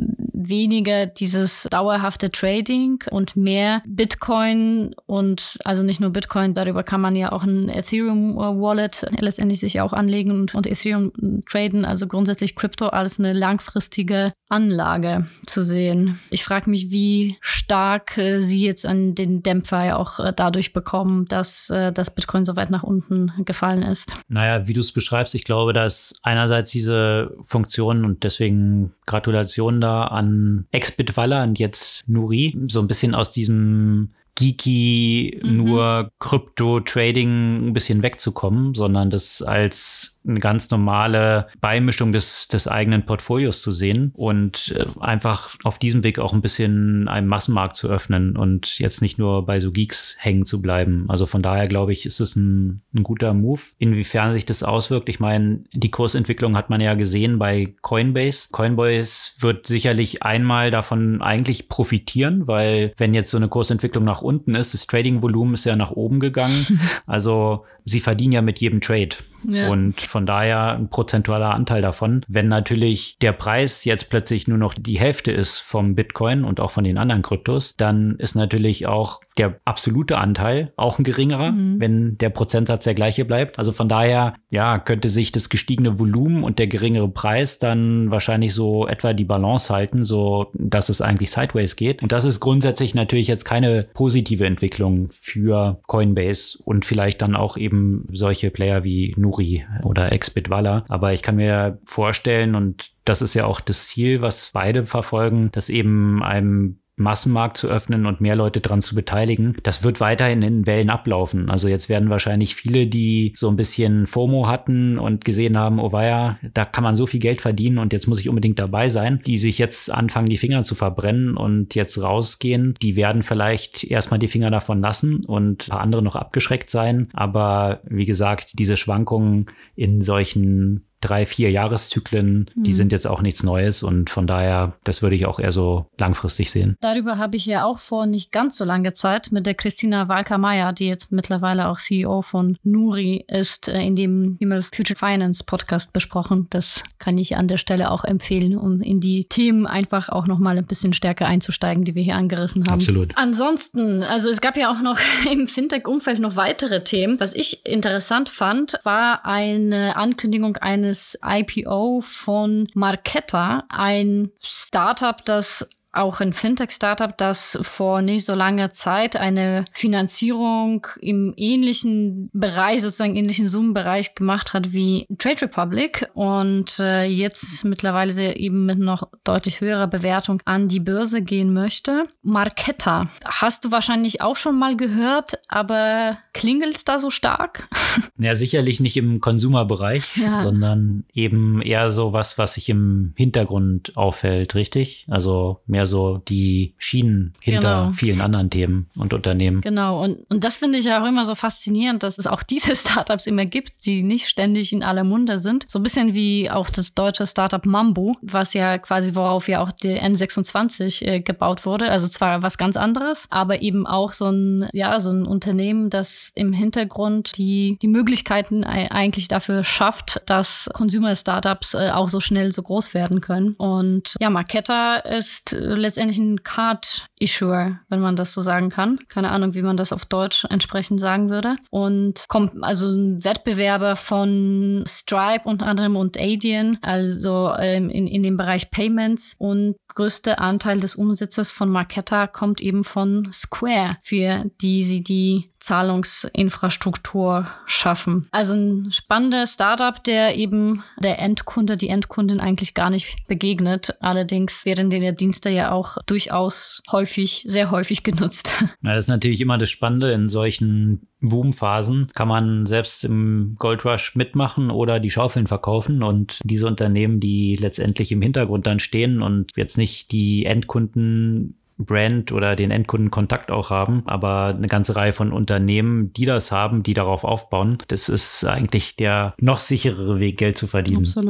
weniger dieses dauerhafte Trading und mehr Bitcoin und also nicht nur Bitcoin, darüber kann man ja auch ein Ethereum-Wallet letztendlich sich auch anlegen und Ethereum traden, also grundsätzlich Krypto als eine langfristige Anlage zu sehen. Ich frage mich, wie stark sie jetzt an den Dämpfer ja auch dadurch bekommen, dass das Bitcoin so weit nach unten gefallen ist. Naja, wie du es beschreibst, ich glaube, dass einerseits diese Funktionen und deswegen Gratulation da an Exbitwala und jetzt Nuri so ein bisschen aus diesem geeky, nur Krypto-Trading ein bisschen wegzukommen, sondern das als eine ganz normale Beimischung des eigenen Portfolios zu sehen und einfach auf diesem Weg auch ein bisschen einen Massenmarkt zu öffnen und jetzt nicht nur bei so Geeks hängen zu bleiben. Also von daher glaube ich, ist es ein guter Move. Inwiefern sich das auswirkt, ich meine, die Kursentwicklung hat man ja gesehen bei Coinbase. Coinbase wird sicherlich einmal davon eigentlich profitieren, weil wenn jetzt so eine Kursentwicklung nach unten ist, das Trading-Volumen ist ja nach oben gegangen. Also sie verdienen ja mit jedem Trade. Ja. Und von daher ein prozentualer Anteil davon. Wenn natürlich der Preis jetzt plötzlich nur noch die Hälfte ist vom Bitcoin und auch von den anderen Kryptos, dann ist natürlich auch der absolute Anteil auch ein geringerer, wenn der Prozentsatz der gleiche bleibt. Also von daher, ja, könnte sich das gestiegene Volumen und der geringere Preis dann wahrscheinlich so etwa die Balance halten, so dass es eigentlich sideways geht. Und das ist grundsätzlich natürlich jetzt keine positive Entwicklung für Coinbase und vielleicht dann auch eben solche Player wie Nuri oder Exbitwala. Aber ich kann mir vorstellen, und das ist ja auch das Ziel, was beide verfolgen, dass eben einem Massenmarkt zu öffnen und mehr Leute dran zu beteiligen. Das wird weiterhin in Wellen ablaufen. Also jetzt werden wahrscheinlich viele, die so ein bisschen FOMO hatten und gesehen haben, oh weia, da kann man so viel Geld verdienen und jetzt muss ich unbedingt dabei sein, die sich jetzt anfangen, die Finger zu verbrennen und jetzt rausgehen, die werden vielleicht erstmal die Finger davon lassen und ein paar andere noch abgeschreckt sein. Aber wie gesagt, diese Schwankungen in solchen 3-4 Jahreszyklen, die sind jetzt auch nichts Neues und von daher, das würde ich auch eher so langfristig sehen. Darüber habe ich ja auch vor nicht ganz so langer Zeit mit der Christina Walker-Meyer, die jetzt mittlerweile auch CEO von Nuri ist, in dem Female Future Finance Podcast besprochen. Das kann ich an der Stelle auch empfehlen, um in die Themen einfach auch nochmal ein bisschen stärker einzusteigen, die wir hier angerissen haben. Absolut. Ansonsten, also es gab ja auch noch im Fintech-Umfeld noch weitere Themen. Was ich interessant fand, war eine Ankündigung eines IPO von Marqeta, ein Startup, das auch ein Fintech-Startup, das vor nicht so langer Zeit eine Finanzierung im ähnlichen Bereich, sozusagen ähnlichen Summenbereich gemacht hat wie Trade Republic und jetzt mittlerweile eben mit noch deutlich höherer Bewertung an die Börse gehen möchte. Marqeta, hast du wahrscheinlich auch schon mal gehört, aber klingelt es da so stark? Ja, sicherlich nicht im Consumer-Bereich, sondern eben eher so was sich im Hintergrund auffällt, richtig? Also mehr so die Schienen hinter vielen anderen Themen und Unternehmen. Genau, und das finde ich ja auch immer so faszinierend, dass es auch diese Startups immer gibt, die nicht ständig in aller Munde sind. So ein bisschen wie auch das deutsche Startup Mambo, was ja quasi, worauf ja auch der N26 gebaut wurde. Also zwar was ganz anderes, aber eben auch so ein Unternehmen, das im Hintergrund die Möglichkeiten eigentlich dafür schafft, dass Consumer-Startups auch so schnell so groß werden können. Und ja, Marqeta ist letztendlich ein Card-Issuer, wenn man das so sagen kann. Keine Ahnung, wie man das auf Deutsch entsprechend sagen würde. Und kommt also ein Wettbewerber von Stripe unter anderem und Adyen, also in dem Bereich Payments. Und größter Anteil des Umsatzes von Marqeta kommt eben von Square, für die sie die Zahlungsinfrastruktur schaffen. Also ein spannender Startup, der eben die Endkundin eigentlich gar nicht begegnet. Allerdings werden die Dienste ja auch durchaus sehr häufig genutzt. Ja, das ist natürlich immer das Spannende. In solchen Boomphasen kann man selbst im Goldrush mitmachen oder die Schaufeln verkaufen und diese Unternehmen, die letztendlich im Hintergrund dann stehen und jetzt nicht die Endkunden Brand oder den Endkundenkontakt auch haben, aber eine ganze Reihe von Unternehmen, die das haben, die darauf aufbauen. Das ist eigentlich der noch sicherere Weg, Geld zu verdienen. Absolut.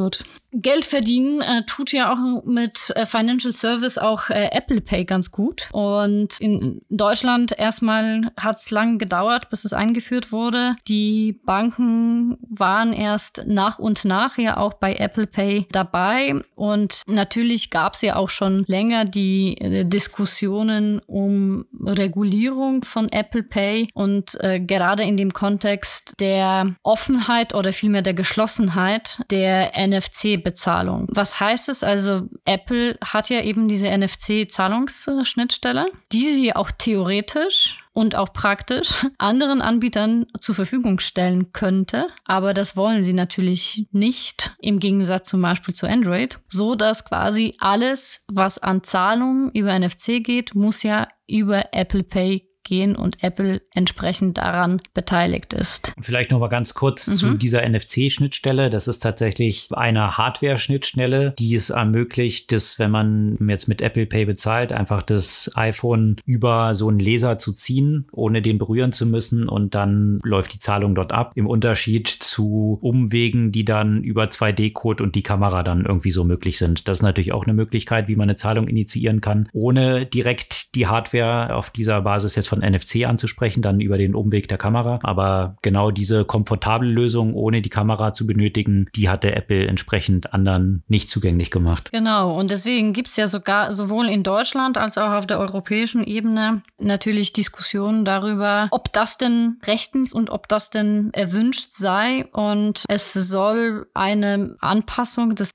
Geld verdienen tut ja auch mit Financial Service auch Apple Pay ganz gut. Und in Deutschland erstmal hat es lange gedauert, bis es eingeführt wurde. Die Banken waren erst nach und nach ja auch bei Apple Pay dabei. Und natürlich gab es ja auch schon länger die Diskussionen um Regulierung von Apple Pay. Und gerade in dem Kontext der Offenheit oder vielmehr der Geschlossenheit der NFC-Bezahlung. Was heißt es? Also Apple hat ja eben diese NFC-Zahlungsschnittstelle, die sie auch theoretisch und auch praktisch anderen Anbietern zur Verfügung stellen könnte. Aber das wollen sie natürlich nicht, im Gegensatz zum Beispiel zu Android, so dass quasi alles, was an Zahlungen über NFC geht, muss ja über Apple Pay gehen und Apple entsprechend daran beteiligt ist. Vielleicht noch mal ganz kurz zu dieser NFC-Schnittstelle. Das ist tatsächlich eine Hardware-Schnittstelle, die es ermöglicht, dass, wenn man jetzt mit Apple Pay bezahlt, einfach das iPhone über so einen Laser zu ziehen, ohne den berühren zu müssen, und dann läuft die Zahlung dort ab. Im Unterschied zu Umwegen, die dann über 2D-Code und die Kamera dann irgendwie so möglich sind. Das ist natürlich auch eine Möglichkeit, wie man eine Zahlung initiieren kann, ohne direkt die Hardware auf dieser Basis jetzt von NFC anzusprechen, dann über den Umweg der Kamera. Aber genau diese komfortable Lösung, ohne die Kamera zu benötigen, die hatte Apple entsprechend anderen nicht zugänglich gemacht. Genau, und deswegen gibt es ja sogar sowohl in Deutschland als auch auf der europäischen Ebene natürlich Diskussionen darüber, ob das denn rechtens und ob das denn erwünscht sei. Und es soll eine Anpassung des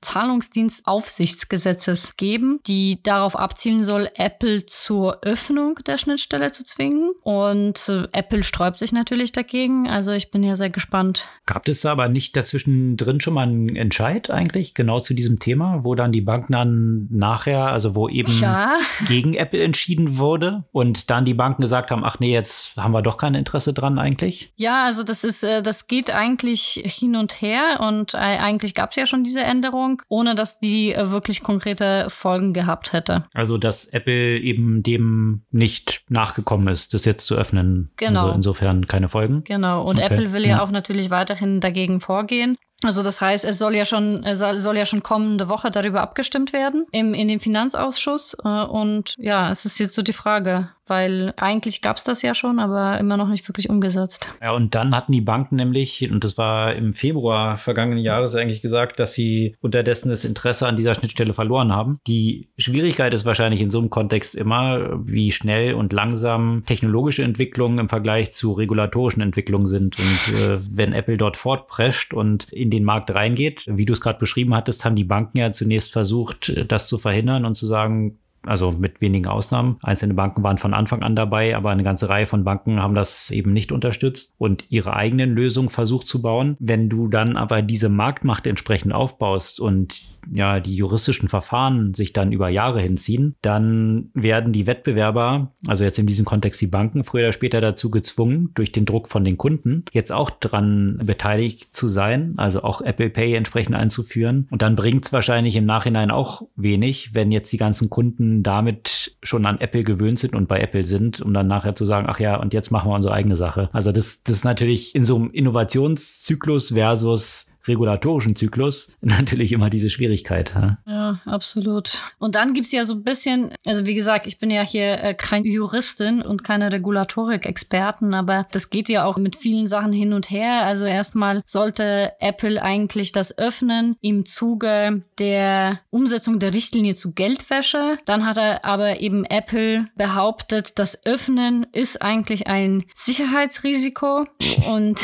Zahlungsdienstaufsichtsgesetzes geben, die darauf abzielen soll, Apple zur Öffnung der Schnittstelle zu zwingen. Und Apple sträubt sich natürlich dagegen. Also ich bin ja sehr gespannt. Gab es aber nicht dazwischen drin schon mal einen Entscheid eigentlich genau zu diesem Thema, wo dann die Banken dann nachher, also wo eben gegen Apple entschieden wurde und dann die Banken gesagt haben, ach nee, jetzt haben wir doch kein Interesse dran eigentlich? Ja, also das geht eigentlich hin und her und eigentlich gab es ja schon diese Änderung, ohne dass die wirklich konkrete Folgen gehabt hätte. Also dass Apple eben dem nicht nachgekommen ist, das jetzt zu öffnen. Genau. Also insofern keine Folgen. Genau. Und okay. Apple will ja auch natürlich weiterhin dagegen vorgehen. Also das heißt, es soll ja schon kommende Woche darüber abgestimmt werden in dem Finanzausschuss. Und ja, es ist jetzt so die Frage, weil eigentlich gab es das ja schon, aber immer noch nicht wirklich umgesetzt. Ja, und dann hatten die Banken nämlich, und das war im Februar vergangenen Jahres eigentlich gesagt, dass sie unterdessen das Interesse an dieser Schnittstelle verloren haben. Die Schwierigkeit ist wahrscheinlich in so einem Kontext immer, wie schnell und langsam technologische Entwicklungen im Vergleich zu regulatorischen Entwicklungen sind. Und wenn Apple dort fortprescht und in den Markt reingeht, wie du es gerade beschrieben hattest, haben die Banken ja zunächst versucht, das zu verhindern und zu sagen, also mit wenigen Ausnahmen. Einzelne Banken waren von Anfang an dabei, aber eine ganze Reihe von Banken haben das eben nicht unterstützt und ihre eigenen Lösungen versucht zu bauen. Wenn du dann aber diese Marktmacht entsprechend aufbaust und ja, die juristischen Verfahren sich dann über Jahre hinziehen, dann werden die Wettbewerber, also jetzt in diesem Kontext die Banken, früher oder später dazu gezwungen, durch den Druck von den Kunden, jetzt auch dran beteiligt zu sein, also auch Apple Pay entsprechend einzuführen. Und dann bringt es wahrscheinlich im Nachhinein auch wenig, wenn jetzt die ganzen Kunden damit schon an Apple gewöhnt sind und bei Apple sind, um dann nachher zu sagen, ach ja, und jetzt machen wir unsere eigene Sache. Also das ist natürlich in so einem Innovationszyklus versus regulatorischen Zyklus natürlich immer diese Schwierigkeit. Ja, absolut. Und dann gibt's ja so ein bisschen, also wie gesagt, ich bin ja hier keine Juristin und keine Regulatorik-Experten, aber das geht ja auch mit vielen Sachen hin und her. Also erstmal sollte Apple eigentlich das öffnen im Zuge der Umsetzung der Richtlinie zu Geldwäsche. Dann hat aber eben Apple behauptet, das Öffnen ist eigentlich ein Sicherheitsrisiko und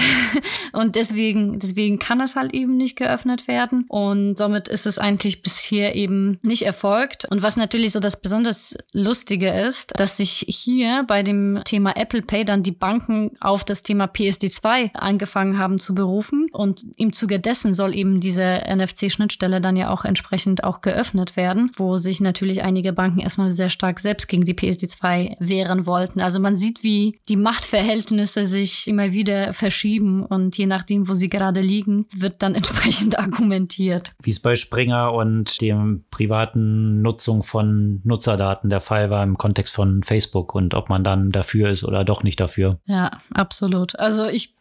deswegen kann das halt eben nicht geöffnet werden und somit ist es eigentlich bisher eben nicht erfolgt. Und was natürlich so das besonders Lustige ist, dass sich hier bei dem Thema Apple Pay dann die Banken auf das Thema PSD2 angefangen haben zu berufen und im Zuge dessen soll eben diese NFC-Schnittstelle dann ja auch entsprechend auch geöffnet werden, wo sich natürlich einige Banken erstmal sehr stark selbst gegen die PSD2 wehren wollten. Also man sieht, wie die Machtverhältnisse sich immer wieder verschieben und je nachdem, wo sie gerade liegen, wird dann entsprechend argumentiert. Wie es bei Springer und dem privaten Nutzung von Nutzerdaten der Fall war im Kontext von Facebook und ob man dann dafür ist oder doch nicht dafür. Ja, absolut. Also ich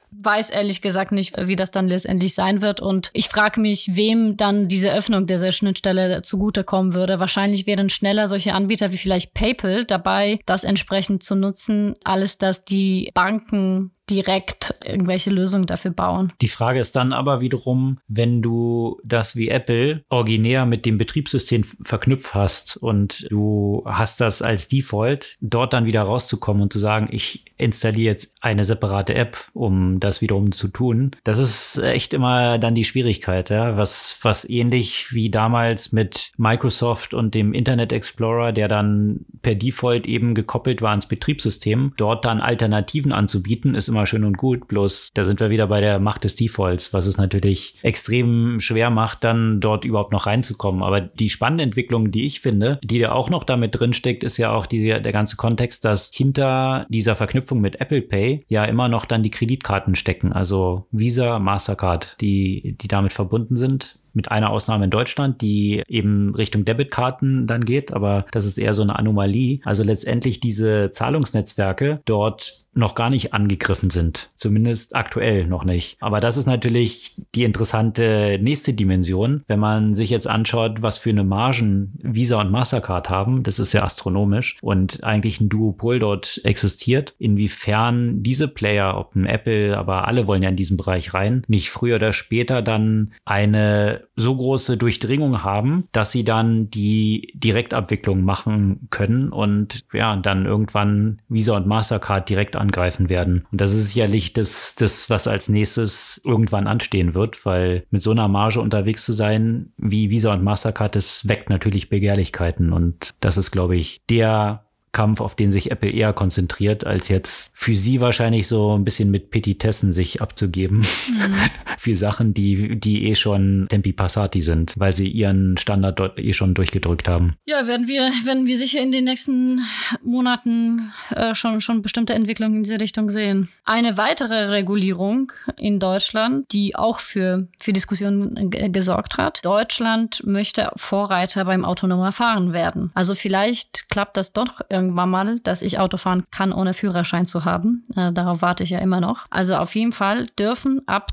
weiß ehrlich gesagt nicht, wie das dann letztendlich sein wird. Und ich frage mich, wem dann diese Öffnung dieser Schnittstelle zugutekommen würde. Wahrscheinlich wären schneller solche Anbieter wie vielleicht PayPal dabei, das entsprechend zu nutzen, alles dass die Banken direkt irgendwelche Lösungen dafür bauen. Die Frage ist dann aber wiederum, wenn du das wie Apple originär mit dem Betriebssystem verknüpft hast und du hast das als Default, dort dann wieder rauszukommen und zu sagen, ich installiere jetzt eine separate App, um das wiederum zu tun. Das ist echt immer dann die Schwierigkeit, ja? Was ähnlich wie damals mit Microsoft und dem Internet Explorer, der dann per Default eben gekoppelt war ans Betriebssystem, dort dann Alternativen anzubieten, ist immer schön und gut, bloß da sind wir wieder bei der Macht des Defaults, was es natürlich extrem schwer macht, dann dort überhaupt noch reinzukommen. Aber die spannende Entwicklung, die ich finde, die da auch noch damit drin steckt, ist ja auch der ganze Kontext, dass hinter dieser Verknüpfung mit Apple Pay ja immer noch dann die Kreditkarten stecken, also Visa, Mastercard, die damit verbunden sind. Mit einer Ausnahme in Deutschland, die eben Richtung Debitkarten dann geht, aber das ist eher so eine Anomalie. Also letztendlich diese Zahlungsnetzwerke dort noch gar nicht angegriffen sind. Zumindest aktuell noch nicht. Aber das ist natürlich die interessante nächste Dimension. Wenn man sich jetzt anschaut, was für eine Margen Visa und Mastercard haben, das ist ja astronomisch und eigentlich ein Duopol dort existiert. Inwiefern diese Player, ob ein Apple, aber alle wollen ja in diesen Bereich rein, nicht früher oder später dann eine so große Durchdringung haben, dass sie dann die Direktabwicklung machen können und ja, dann irgendwann Visa und Mastercard direkt angreifen werden. Und das ist sicherlich das, was als nächstes irgendwann anstehen wird, weil mit so einer Marge unterwegs zu sein, wie Visa und Mastercard, das weckt natürlich Begehrlichkeiten. Und das ist, glaube ich, der Kampf, auf den sich Apple eher konzentriert, als jetzt für sie wahrscheinlich so ein bisschen mit Petitessen sich abzugeben. Für Sachen, die schon Tempi Passati sind, weil sie ihren Standard dort schon durchgedrückt haben. Ja, werden wir sicher in den nächsten Monaten schon bestimmte Entwicklungen in diese Richtung sehen. Eine weitere Regulierung in Deutschland, die auch für Diskussionen gesorgt hat. Deutschland möchte Vorreiter beim autonomen Fahren werden. Also vielleicht klappt das doch irgendwann mal, dass ich Auto fahren kann, ohne Führerschein zu haben. Darauf warte ich ja immer noch. Also auf jeden Fall dürfen ab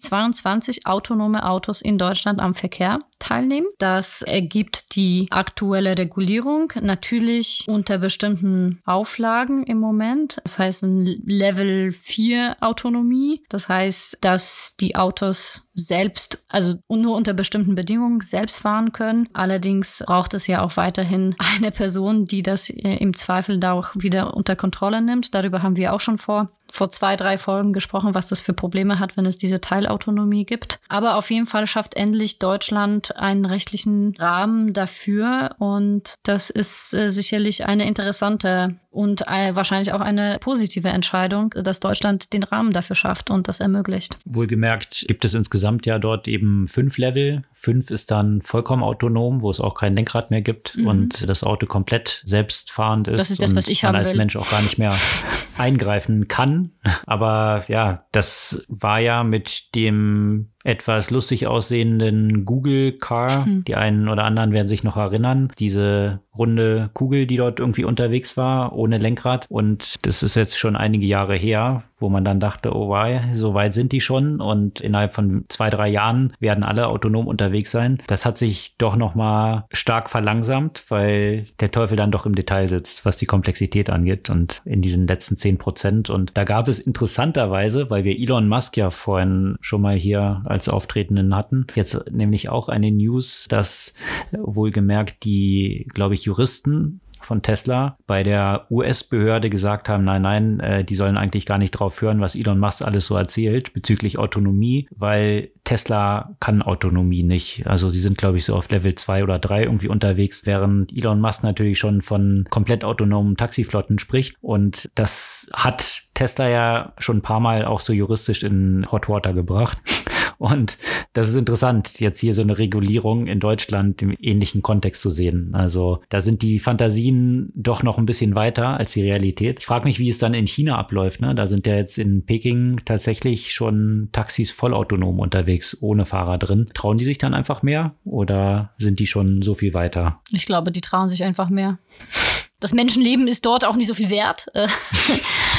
2022 autonome Autos in Deutschland am Verkehr teilnehmen. Das ergibt die aktuelle Regulierung, natürlich unter bestimmten Auflagen im Moment. Das heißt ein Level 4 Autonomie. Das heißt, dass die Autos selbst, also nur unter bestimmten Bedingungen selbst fahren können. Allerdings braucht es ja auch weiterhin eine Person, die das im Zweifel da auch wieder unter Kontrolle nimmt. Darüber haben wir auch schon vor 2-3 Folgen gesprochen, was das für Probleme hat, wenn es diese Teilautonomie gibt. Aber auf jeden Fall schafft endlich Deutschland einen rechtlichen Rahmen dafür und das ist sicherlich eine interessante und wahrscheinlich auch eine positive Entscheidung, dass Deutschland den Rahmen dafür schafft und das ermöglicht. Wohlgemerkt gibt es insgesamt ja dort eben 5 Level. 5 ist dann vollkommen autonom, wo es auch kein Lenkrad mehr gibt und das Auto komplett selbstfahrend ist. Das ist das, was ich haben will. Man als Mensch auch gar nicht mehr eingreifen kann. Aber ja, das war ja mit dem etwas lustig aussehenden Google Car. Die einen oder anderen werden sich noch erinnern. Diese runde Kugel, die dort irgendwie unterwegs war, ohne Lenkrad. Und das ist jetzt schon einige Jahre her, wo man dann dachte, oh wei, so weit sind die schon. Und innerhalb von 2-3 Jahren werden alle autonom unterwegs sein. Das hat sich doch noch mal stark verlangsamt, weil der Teufel dann doch im Detail sitzt, was die Komplexität angeht und in diesen letzten 10%. Und da gab es interessanterweise, weil wir Elon Musk ja vorhin schon mal hier als Auftretenden hatten, jetzt nämlich auch eine News, dass wohlgemerkt die, glaube ich, Juristen von Tesla bei der US-Behörde gesagt haben, nein, die sollen eigentlich gar nicht drauf hören, was Elon Musk alles so erzählt bezüglich Autonomie, weil Tesla kann Autonomie nicht. Also sie sind, glaube ich, so auf Level 2 oder 3 irgendwie unterwegs, während Elon Musk natürlich schon von komplett autonomen Taxiflotten spricht. Und das hat Tesla ja schon ein paar Mal auch so juristisch in Hot Water gebracht. Und das ist interessant, jetzt hier so eine Regulierung in Deutschland im ähnlichen Kontext zu sehen. Also da sind die Fantasien doch noch ein bisschen weiter als die Realität. Ich frage mich, wie es dann in China abläuft. Ne? Da sind ja jetzt in Peking tatsächlich schon Taxis vollautonom unterwegs, ohne Fahrer drin. Trauen die sich dann einfach mehr oder sind die schon so viel weiter? Ich glaube, die trauen sich einfach mehr. Das Menschenleben ist dort auch nicht so viel wert.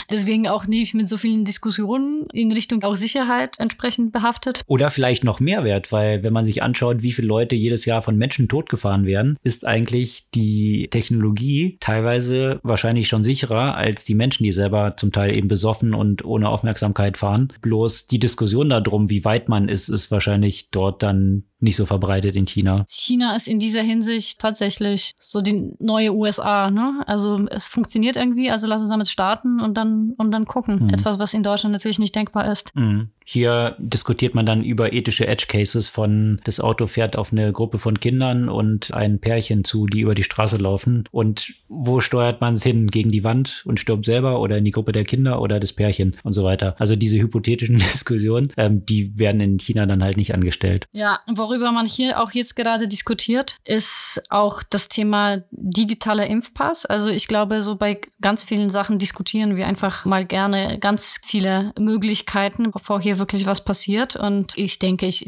Deswegen auch nicht mit so vielen Diskussionen in Richtung auch Sicherheit entsprechend behaftet. Oder vielleicht noch Mehrwert, weil wenn man sich anschaut, wie viele Leute jedes Jahr von Menschen totgefahren werden, ist eigentlich die Technologie teilweise wahrscheinlich schon sicherer als die Menschen, die selber zum Teil eben besoffen und ohne Aufmerksamkeit fahren. Bloß die Diskussion darum, wie weit man ist wahrscheinlich dort dann nicht so verbreitet in China. China ist in dieser Hinsicht tatsächlich so die neue USA, ne? Also es funktioniert irgendwie, also lass uns damit starten und dann gucken. Etwas, was in Deutschland natürlich nicht denkbar ist. Hier diskutiert man dann über ethische Edge Cases von, das Auto fährt auf eine Gruppe von Kindern und ein Pärchen zu, die über die Straße laufen. Und wo steuert man es hin? Gegen die Wand und stirbt selber oder in die Gruppe der Kinder oder das Pärchen und so weiter. Also diese hypothetischen Diskussionen, die werden in China dann halt nicht angestellt. Ja, worüber man hier auch jetzt gerade diskutiert, ist auch das Thema digitaler Impfpass. Also ich glaube, so bei ganz vielen Sachen diskutieren wir einfach mal gerne ganz viele Möglichkeiten, bevor hier wirklich was passiert. Und ich denke, ich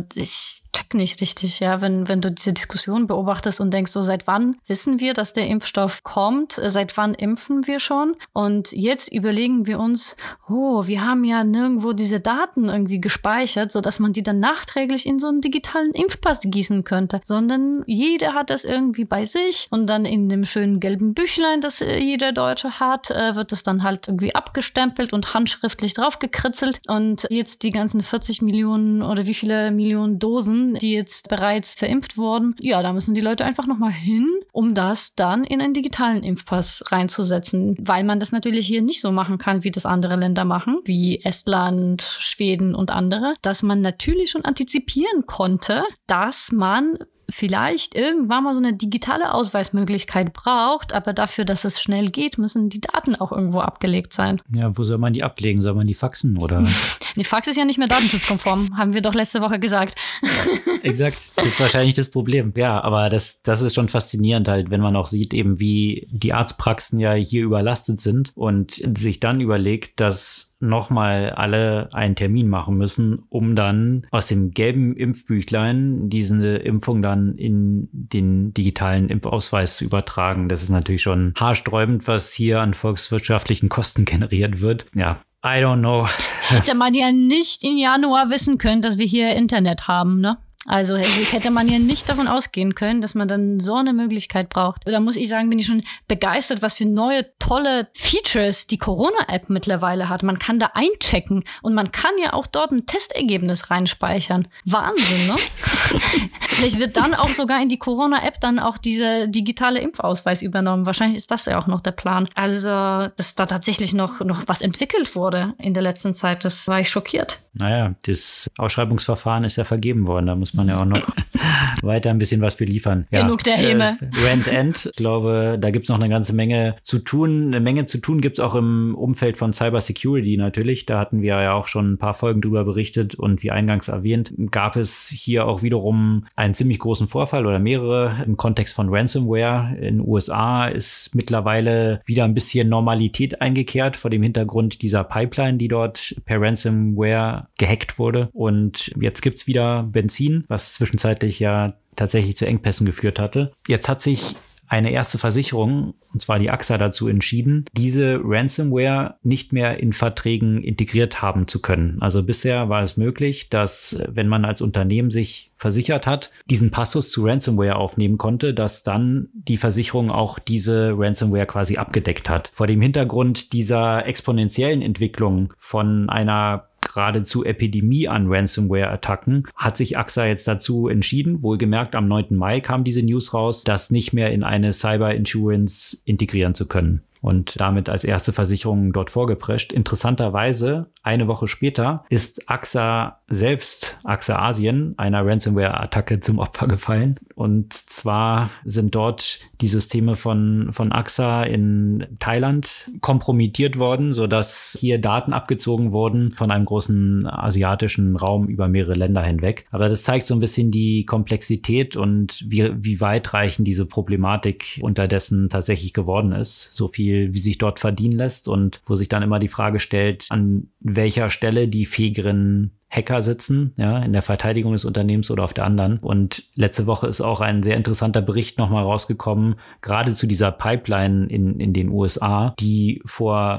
check nicht richtig, ja, wenn du diese Diskussion beobachtest und denkst, so seit wann wissen wir, dass der Impfstoff kommt? Seit wann impfen wir schon? Und jetzt überlegen wir uns, wir haben ja nirgendwo diese Daten irgendwie gespeichert, sodass man die dann nachträglich in so einen digitalen Impfpass gießen könnte, sondern jeder hat das irgendwie bei sich und dann in dem schönen gelben Büchlein, das jeder Deutsche hat, wird es dann halt irgendwie abgestempelt und handschriftlich draufgekritzelt. Und jetzt die ganzen 40 Millionen oder wie viele Millionen Dosen, die jetzt bereits verimpft wurden, ja, da müssen die Leute einfach nochmal hin, um das dann in einen digitalen Impfpass reinzusetzen, weil man das natürlich hier nicht so machen kann, wie das andere Länder machen, wie Estland, Schweden und andere, dass man natürlich schon antizipieren konnte, dass man vielleicht irgendwann mal so eine digitale Ausweismöglichkeit braucht, aber dafür, dass es schnell geht, müssen die Daten auch irgendwo abgelegt sein. Ja, wo soll man die ablegen? Soll man die faxen, oder? Die Fax ist ja nicht mehr datenschutzkonform, haben wir doch letzte Woche gesagt. Exakt, das ist wahrscheinlich das Problem. Ja, aber das ist schon faszinierend halt, wenn man auch sieht, eben wie die Arztpraxen ja hier überlastet sind und sich dann überlegt, dass nochmal alle einen Termin machen müssen, um dann aus dem gelben Impfbüchlein diese Impfung dann in den digitalen Impfausweis zu übertragen. Das ist natürlich schon haarsträubend, was hier an volkswirtschaftlichen Kosten generiert wird. Ja, I don't know. Hätte man ja nicht im Januar wissen können, dass wir hier Internet haben, ne? Also hätte man ja nicht davon ausgehen können, dass man dann so eine Möglichkeit braucht. Da muss ich sagen, bin ich schon begeistert, was für neue, tolle Features die Corona-App mittlerweile hat. Man kann da einchecken und man kann ja auch dort ein Testergebnis reinspeichern. Wahnsinn, ne? Vielleicht wird dann auch sogar in die Corona-App dann auch dieser digitale Impfausweis übernommen. Wahrscheinlich ist das ja auch noch der Plan. Also, dass da tatsächlich noch was entwickelt wurde in der letzten Zeit, das war ich schockiert. Naja, das Ausschreibungsverfahren ist ja vergeben worden. Da muss man ja auch noch weiter ein bisschen was für liefern. Ja. Genug der Häme. Rand End, ich glaube, da gibt es noch eine ganze Menge zu tun. Eine Menge zu tun gibt es auch im Umfeld von Cybersecurity natürlich. Da hatten wir ja auch schon ein paar Folgen drüber berichtet und wie eingangs erwähnt, gab es hier auch wiederum einen ziemlich großen Vorfall oder mehrere im Kontext von Ransomware. In den USA ist mittlerweile wieder ein bisschen Normalität eingekehrt vor dem Hintergrund dieser Pipeline, die dort per Ransomware gehackt wurde. Und jetzt gibt es wieder Benzin, was zwischenzeitlich ja tatsächlich zu Engpässen geführt hatte. Jetzt hat sich eine erste Versicherung, und zwar die AXA, dazu entschieden, diese Ransomware nicht mehr in Verträgen integriert haben zu können. Also bisher war es möglich, dass, wenn man als Unternehmen sich versichert hat, diesen Passus zu Ransomware aufnehmen konnte, dass dann die Versicherung auch diese Ransomware quasi abgedeckt hat. Vor dem Hintergrund dieser exponentiellen Entwicklung von einer geradezu Epidemie an Ransomware-Attacken, hat sich AXA jetzt dazu entschieden, wohlgemerkt am 9. Mai kam diese News raus, das nicht mehr in eine Cyber-Insurance integrieren zu können. Und damit als erste Versicherung dort vorgeprescht. Interessanterweise, eine Woche später ist AXA selbst, AXA Asien, einer Ransomware-Attacke zum Opfer gefallen. Und zwar sind dort die Systeme von AXA in Thailand kompromittiert worden, sodass hier Daten abgezogen wurden von einem großen asiatischen Raum über mehrere Länder hinweg. Aber das zeigt so ein bisschen die Komplexität und wie weitreichend diese Problematik unterdessen tatsächlich geworden ist. So viel, wie sich dort verdienen lässt und wo sich dann immer die Frage stellt, an welcher Stelle die fähigeren Hacker sitzen, ja, in der Verteidigung des Unternehmens oder auf der anderen. Und letzte Woche ist auch ein sehr interessanter Bericht nochmal rausgekommen, gerade zu dieser Pipeline in den USA, die vor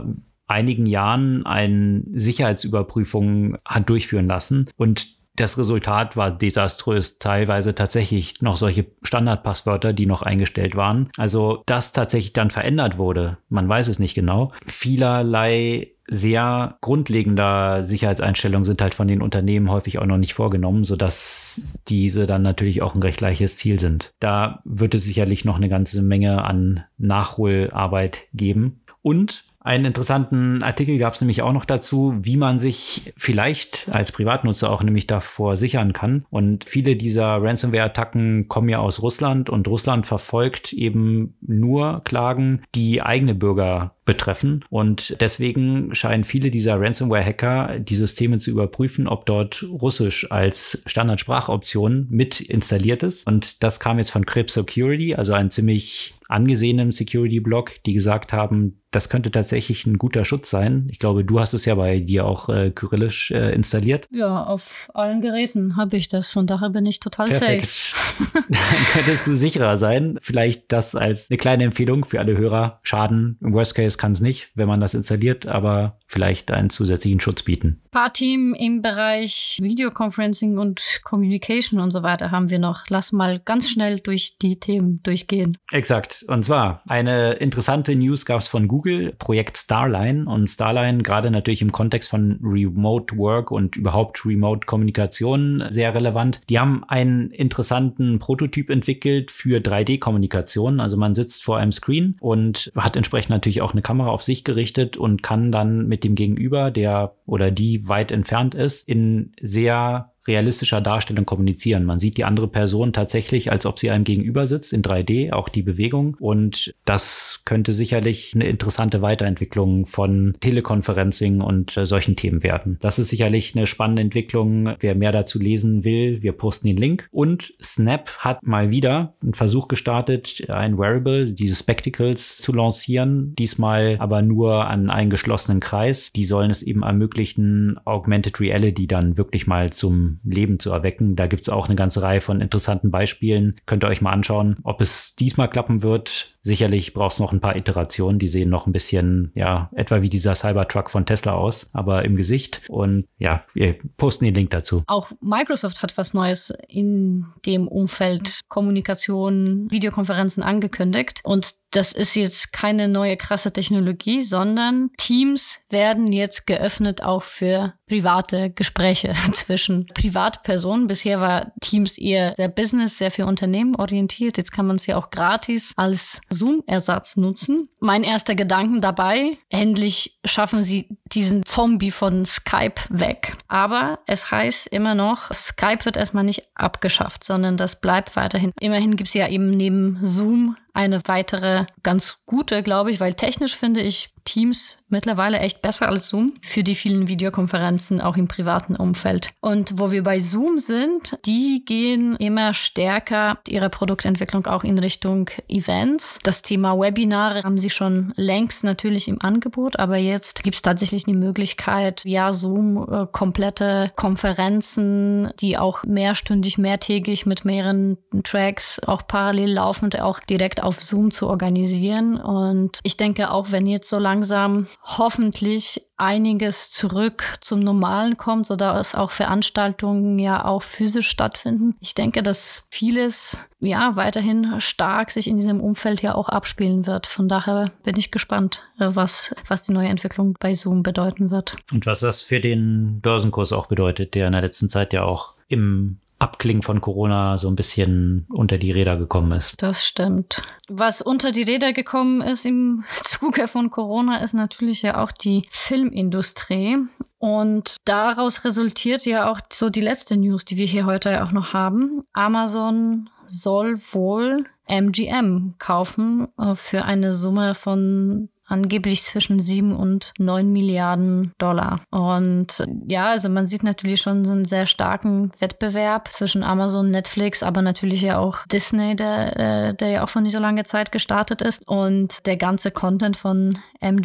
einigen Jahren eine Sicherheitsüberprüfung hat durchführen lassen und das Resultat war desaströs. Teilweise tatsächlich noch solche Standardpasswörter, die noch eingestellt waren. Also, dass tatsächlich dann verändert wurde, man weiß es nicht genau. Vielerlei sehr grundlegender Sicherheitseinstellungen sind halt von den Unternehmen häufig auch noch nicht vorgenommen, sodass diese dann natürlich auch ein recht gleiches Ziel sind. Da wird es sicherlich noch eine ganze Menge an Nachholarbeit geben. Und einen interessanten Artikel gab es nämlich auch noch dazu, wie man sich vielleicht als Privatnutzer auch nämlich davor sichern kann. Und viele dieser Ransomware-Attacken kommen ja aus Russland und Russland verfolgt eben nur Klagen, die eigene Bürger betreffen. Und deswegen scheinen viele dieser Ransomware-Hacker die Systeme zu überprüfen, ob dort Russisch als Standardsprachoption mit installiert ist. Und das kam jetzt von Crypt Security, also ein ziemlich angesehenem Security-Blog, die gesagt haben, das könnte tatsächlich ein guter Schutz sein. Ich glaube, du hast es ja bei dir auch kyrillisch installiert. Ja, auf allen Geräten habe ich das. Von daher bin ich total Perfekt. safe. Dann könntest du sicherer sein. Vielleicht das als eine kleine Empfehlung für alle Hörer. Schaden, im Worst Case kann es nicht, wenn man das installiert, aber vielleicht einen zusätzlichen Schutz bieten. Paar-Team im Bereich Videoconferencing und Communication und so weiter haben wir noch. Lass mal ganz schnell durch die Themen durchgehen. Exakt. Und zwar eine interessante News gab es von Google, Projekt Starline. Und Starline gerade natürlich im Kontext von Remote Work und überhaupt Remote Kommunikation sehr relevant. Die haben einen interessanten Prototyp entwickelt für 3D-Kommunikation. Also man sitzt vor einem Screen und hat entsprechend natürlich auch eine Kamera auf sich gerichtet und kann dann mit dem Gegenüber, der oder die weit entfernt ist, in sehr realistischer Darstellung kommunizieren. Man sieht die andere Person tatsächlich, als ob sie einem gegenüber sitzt, in 3D, auch die Bewegung. Und das könnte sicherlich eine interessante Weiterentwicklung von Teleconferencing und solchen Themen werden. Das ist sicherlich eine spannende Entwicklung. Wer mehr dazu lesen will, wir posten den Link. Und Snap hat mal wieder einen Versuch gestartet, ein Wearable, diese Spectacles zu lancieren. Diesmal aber nur an einen geschlossenen Kreis. Die sollen es eben ermöglichen, Augmented Reality dann wirklich mal zum Leben zu erwecken. Da gibt es auch eine ganze Reihe von interessanten Beispielen. Könnt ihr euch mal anschauen, ob es diesmal klappen wird. Sicherlich braucht es noch ein paar Iterationen. Die sehen noch ein bisschen, ja, etwa wie dieser Cybertruck von Tesla aus, aber im Gesicht. Und ja, wir posten den Link dazu. Auch Microsoft hat was Neues in dem Umfeld Kommunikation, Videokonferenzen angekündigt. Und das ist jetzt keine neue krasse Technologie, sondern Teams werden jetzt geöffnet auch für private Gespräche zwischen Privatpersonen. Bisher war Teams eher sehr Business, sehr für Unternehmen orientiert. Jetzt kann man es ja auch gratis als Zoom-Ersatz nutzen. Mein erster Gedanke dabei, endlich schaffen sie diesen Zombie von Skype weg. Aber es heißt immer noch, Skype wird erstmal nicht abgeschafft, sondern das bleibt weiterhin. Immerhin gibt es ja eben neben Zoom eine weitere ganz gute, glaube ich, weil technisch finde ich Teams mittlerweile echt besser als Zoom für die vielen Videokonferenzen, auch im privaten Umfeld. Und wo wir bei Zoom sind, die gehen immer stärker ihre Produktentwicklung auch in Richtung Events. Das Thema Webinare haben sie schon längst natürlich im Angebot, aber jetzt gibt es tatsächlich die Möglichkeit, ja, Zoom komplette Konferenzen, die auch mehrstündig, mehrtägig mit mehreren Tracks auch parallel laufend auch direkt auf Zoom zu organisieren. Und ich denke, auch wenn jetzt so langsam hoffentlich einiges zurück zum Normalen kommt, sodass auch Veranstaltungen ja auch physisch stattfinden. Ich denke, dass vieles ja weiterhin stark sich in diesem Umfeld ja auch abspielen wird. Von daher bin ich gespannt, was die neue Entwicklung bei Zoom bedeuten wird. Und was das für den Börsenkurs auch bedeutet, der in der letzten Zeit ja auch im Abklingen von Corona so ein bisschen unter die Räder gekommen ist. Das stimmt. Was unter die Räder gekommen ist im Zuge von Corona, ist natürlich ja auch die Filmindustrie. Und daraus resultiert ja auch so die letzte News, die wir hier heute auch noch haben. Amazon soll wohl MGM kaufen für eine Summe von angeblich zwischen 7 und 9 Milliarden $. Und ja, also man sieht natürlich schon so einen sehr starken Wettbewerb zwischen Amazon, Netflix, aber natürlich ja auch Disney, der ja auch von nicht so langer Zeit gestartet ist. Und der ganze Content von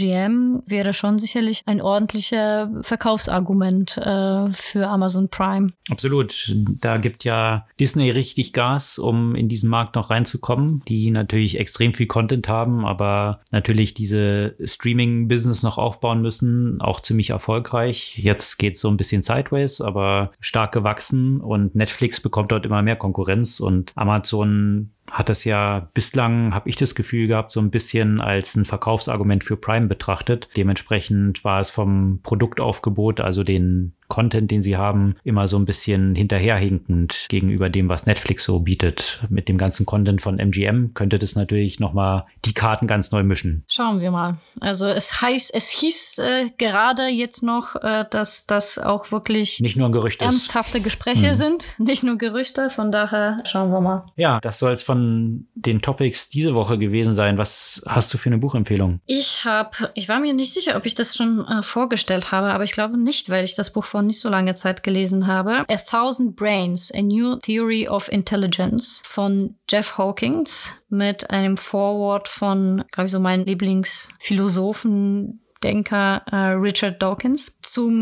MGM wäre schon sicherlich ein ordentliches Verkaufsargument für Amazon Prime. Absolut. Da gibt ja Disney richtig Gas, um in diesen Markt noch reinzukommen, die natürlich extrem viel Content haben, aber natürlich diese ganze Streaming-Business noch aufbauen müssen, auch ziemlich erfolgreich. Jetzt geht es so ein bisschen sideways, aber stark gewachsen und Netflix bekommt dort immer mehr Konkurrenz und Amazon hat das ja bislang, habe ich das Gefühl gehabt, so ein bisschen als ein Verkaufsargument für Prime betrachtet. Dementsprechend war es vom Produktaufgebot, also den Content, den sie haben, immer so ein bisschen hinterherhinkend gegenüber dem, was Netflix so bietet. Mit dem ganzen Content von MGM könnte das natürlich nochmal die Karten ganz neu mischen. Schauen wir mal. Also es hieß gerade jetzt noch, dass das auch wirklich nicht nur ein Gerücht ernsthafte Gespräche sind, nicht nur Gerüchte. Von daher schauen wir mal. Ja, das soll es von den Topics diese Woche gewesen sein. Was hast du für eine Buchempfehlung? Ich war mir nicht sicher, ob ich das schon vorgestellt habe, aber ich glaube nicht, weil ich das Buch vor nicht so langer Zeit gelesen habe. 1000 Brains, A New Theory of Intelligence von Jeff Hawkins mit einem Vorwort von, glaube ich, so meinen Lieblingsphilosophen, Denker Richard Dawkins.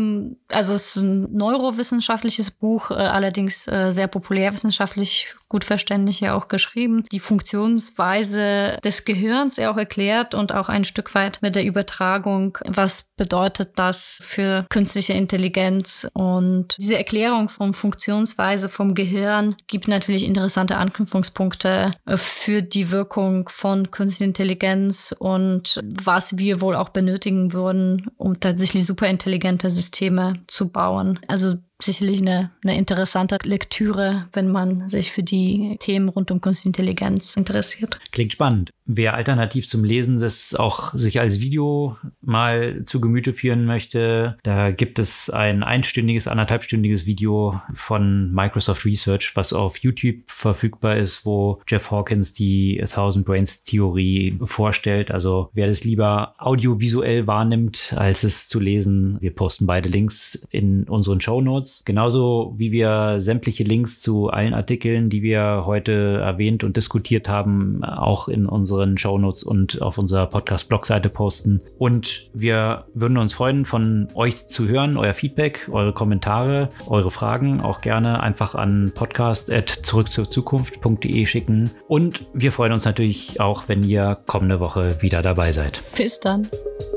Also es ist ein neurowissenschaftliches Buch, allerdings sehr populärwissenschaftlich, gut verständlich ja auch geschrieben. Die Funktionsweise des Gehirns ja auch erklärt und auch ein Stück weit mit der Übertragung, was bedeutet das für künstliche Intelligenz. Und diese Erklärung von Funktionsweise vom Gehirn gibt natürlich interessante Anknüpfungspunkte für die Wirkung von künstlicher Intelligenz und was wir wohl auch benötigen würden, um tatsächlich superintelligente Systeme zu bauen. Also sicherlich eine interessante Lektüre, wenn man sich für die Themen rund um Künstliche Intelligenz interessiert. Klingt spannend. Wer alternativ zum Lesen das auch sich als Video mal zu Gemüte führen möchte, da gibt es ein 1,5-stündiges Video von Microsoft Research, was auf YouTube verfügbar ist, wo Jeff Hawkins die 1000 Brains Theorie vorstellt. Also wer das lieber audiovisuell wahrnimmt, als es zu lesen, wir posten beide Links in unseren Shownotes. Genauso wie wir sämtliche Links zu allen Artikeln, die wir heute erwähnt und diskutiert haben, auch in unseren Shownotes und auf unserer Podcast-Blog-Seite posten. Und wir würden uns freuen, von euch zu hören, euer Feedback, eure Kommentare, eure Fragen auch gerne einfach an podcast@zurückzurzukunft.de schicken. Und wir freuen uns natürlich auch, wenn ihr kommende Woche wieder dabei seid. Bis dann.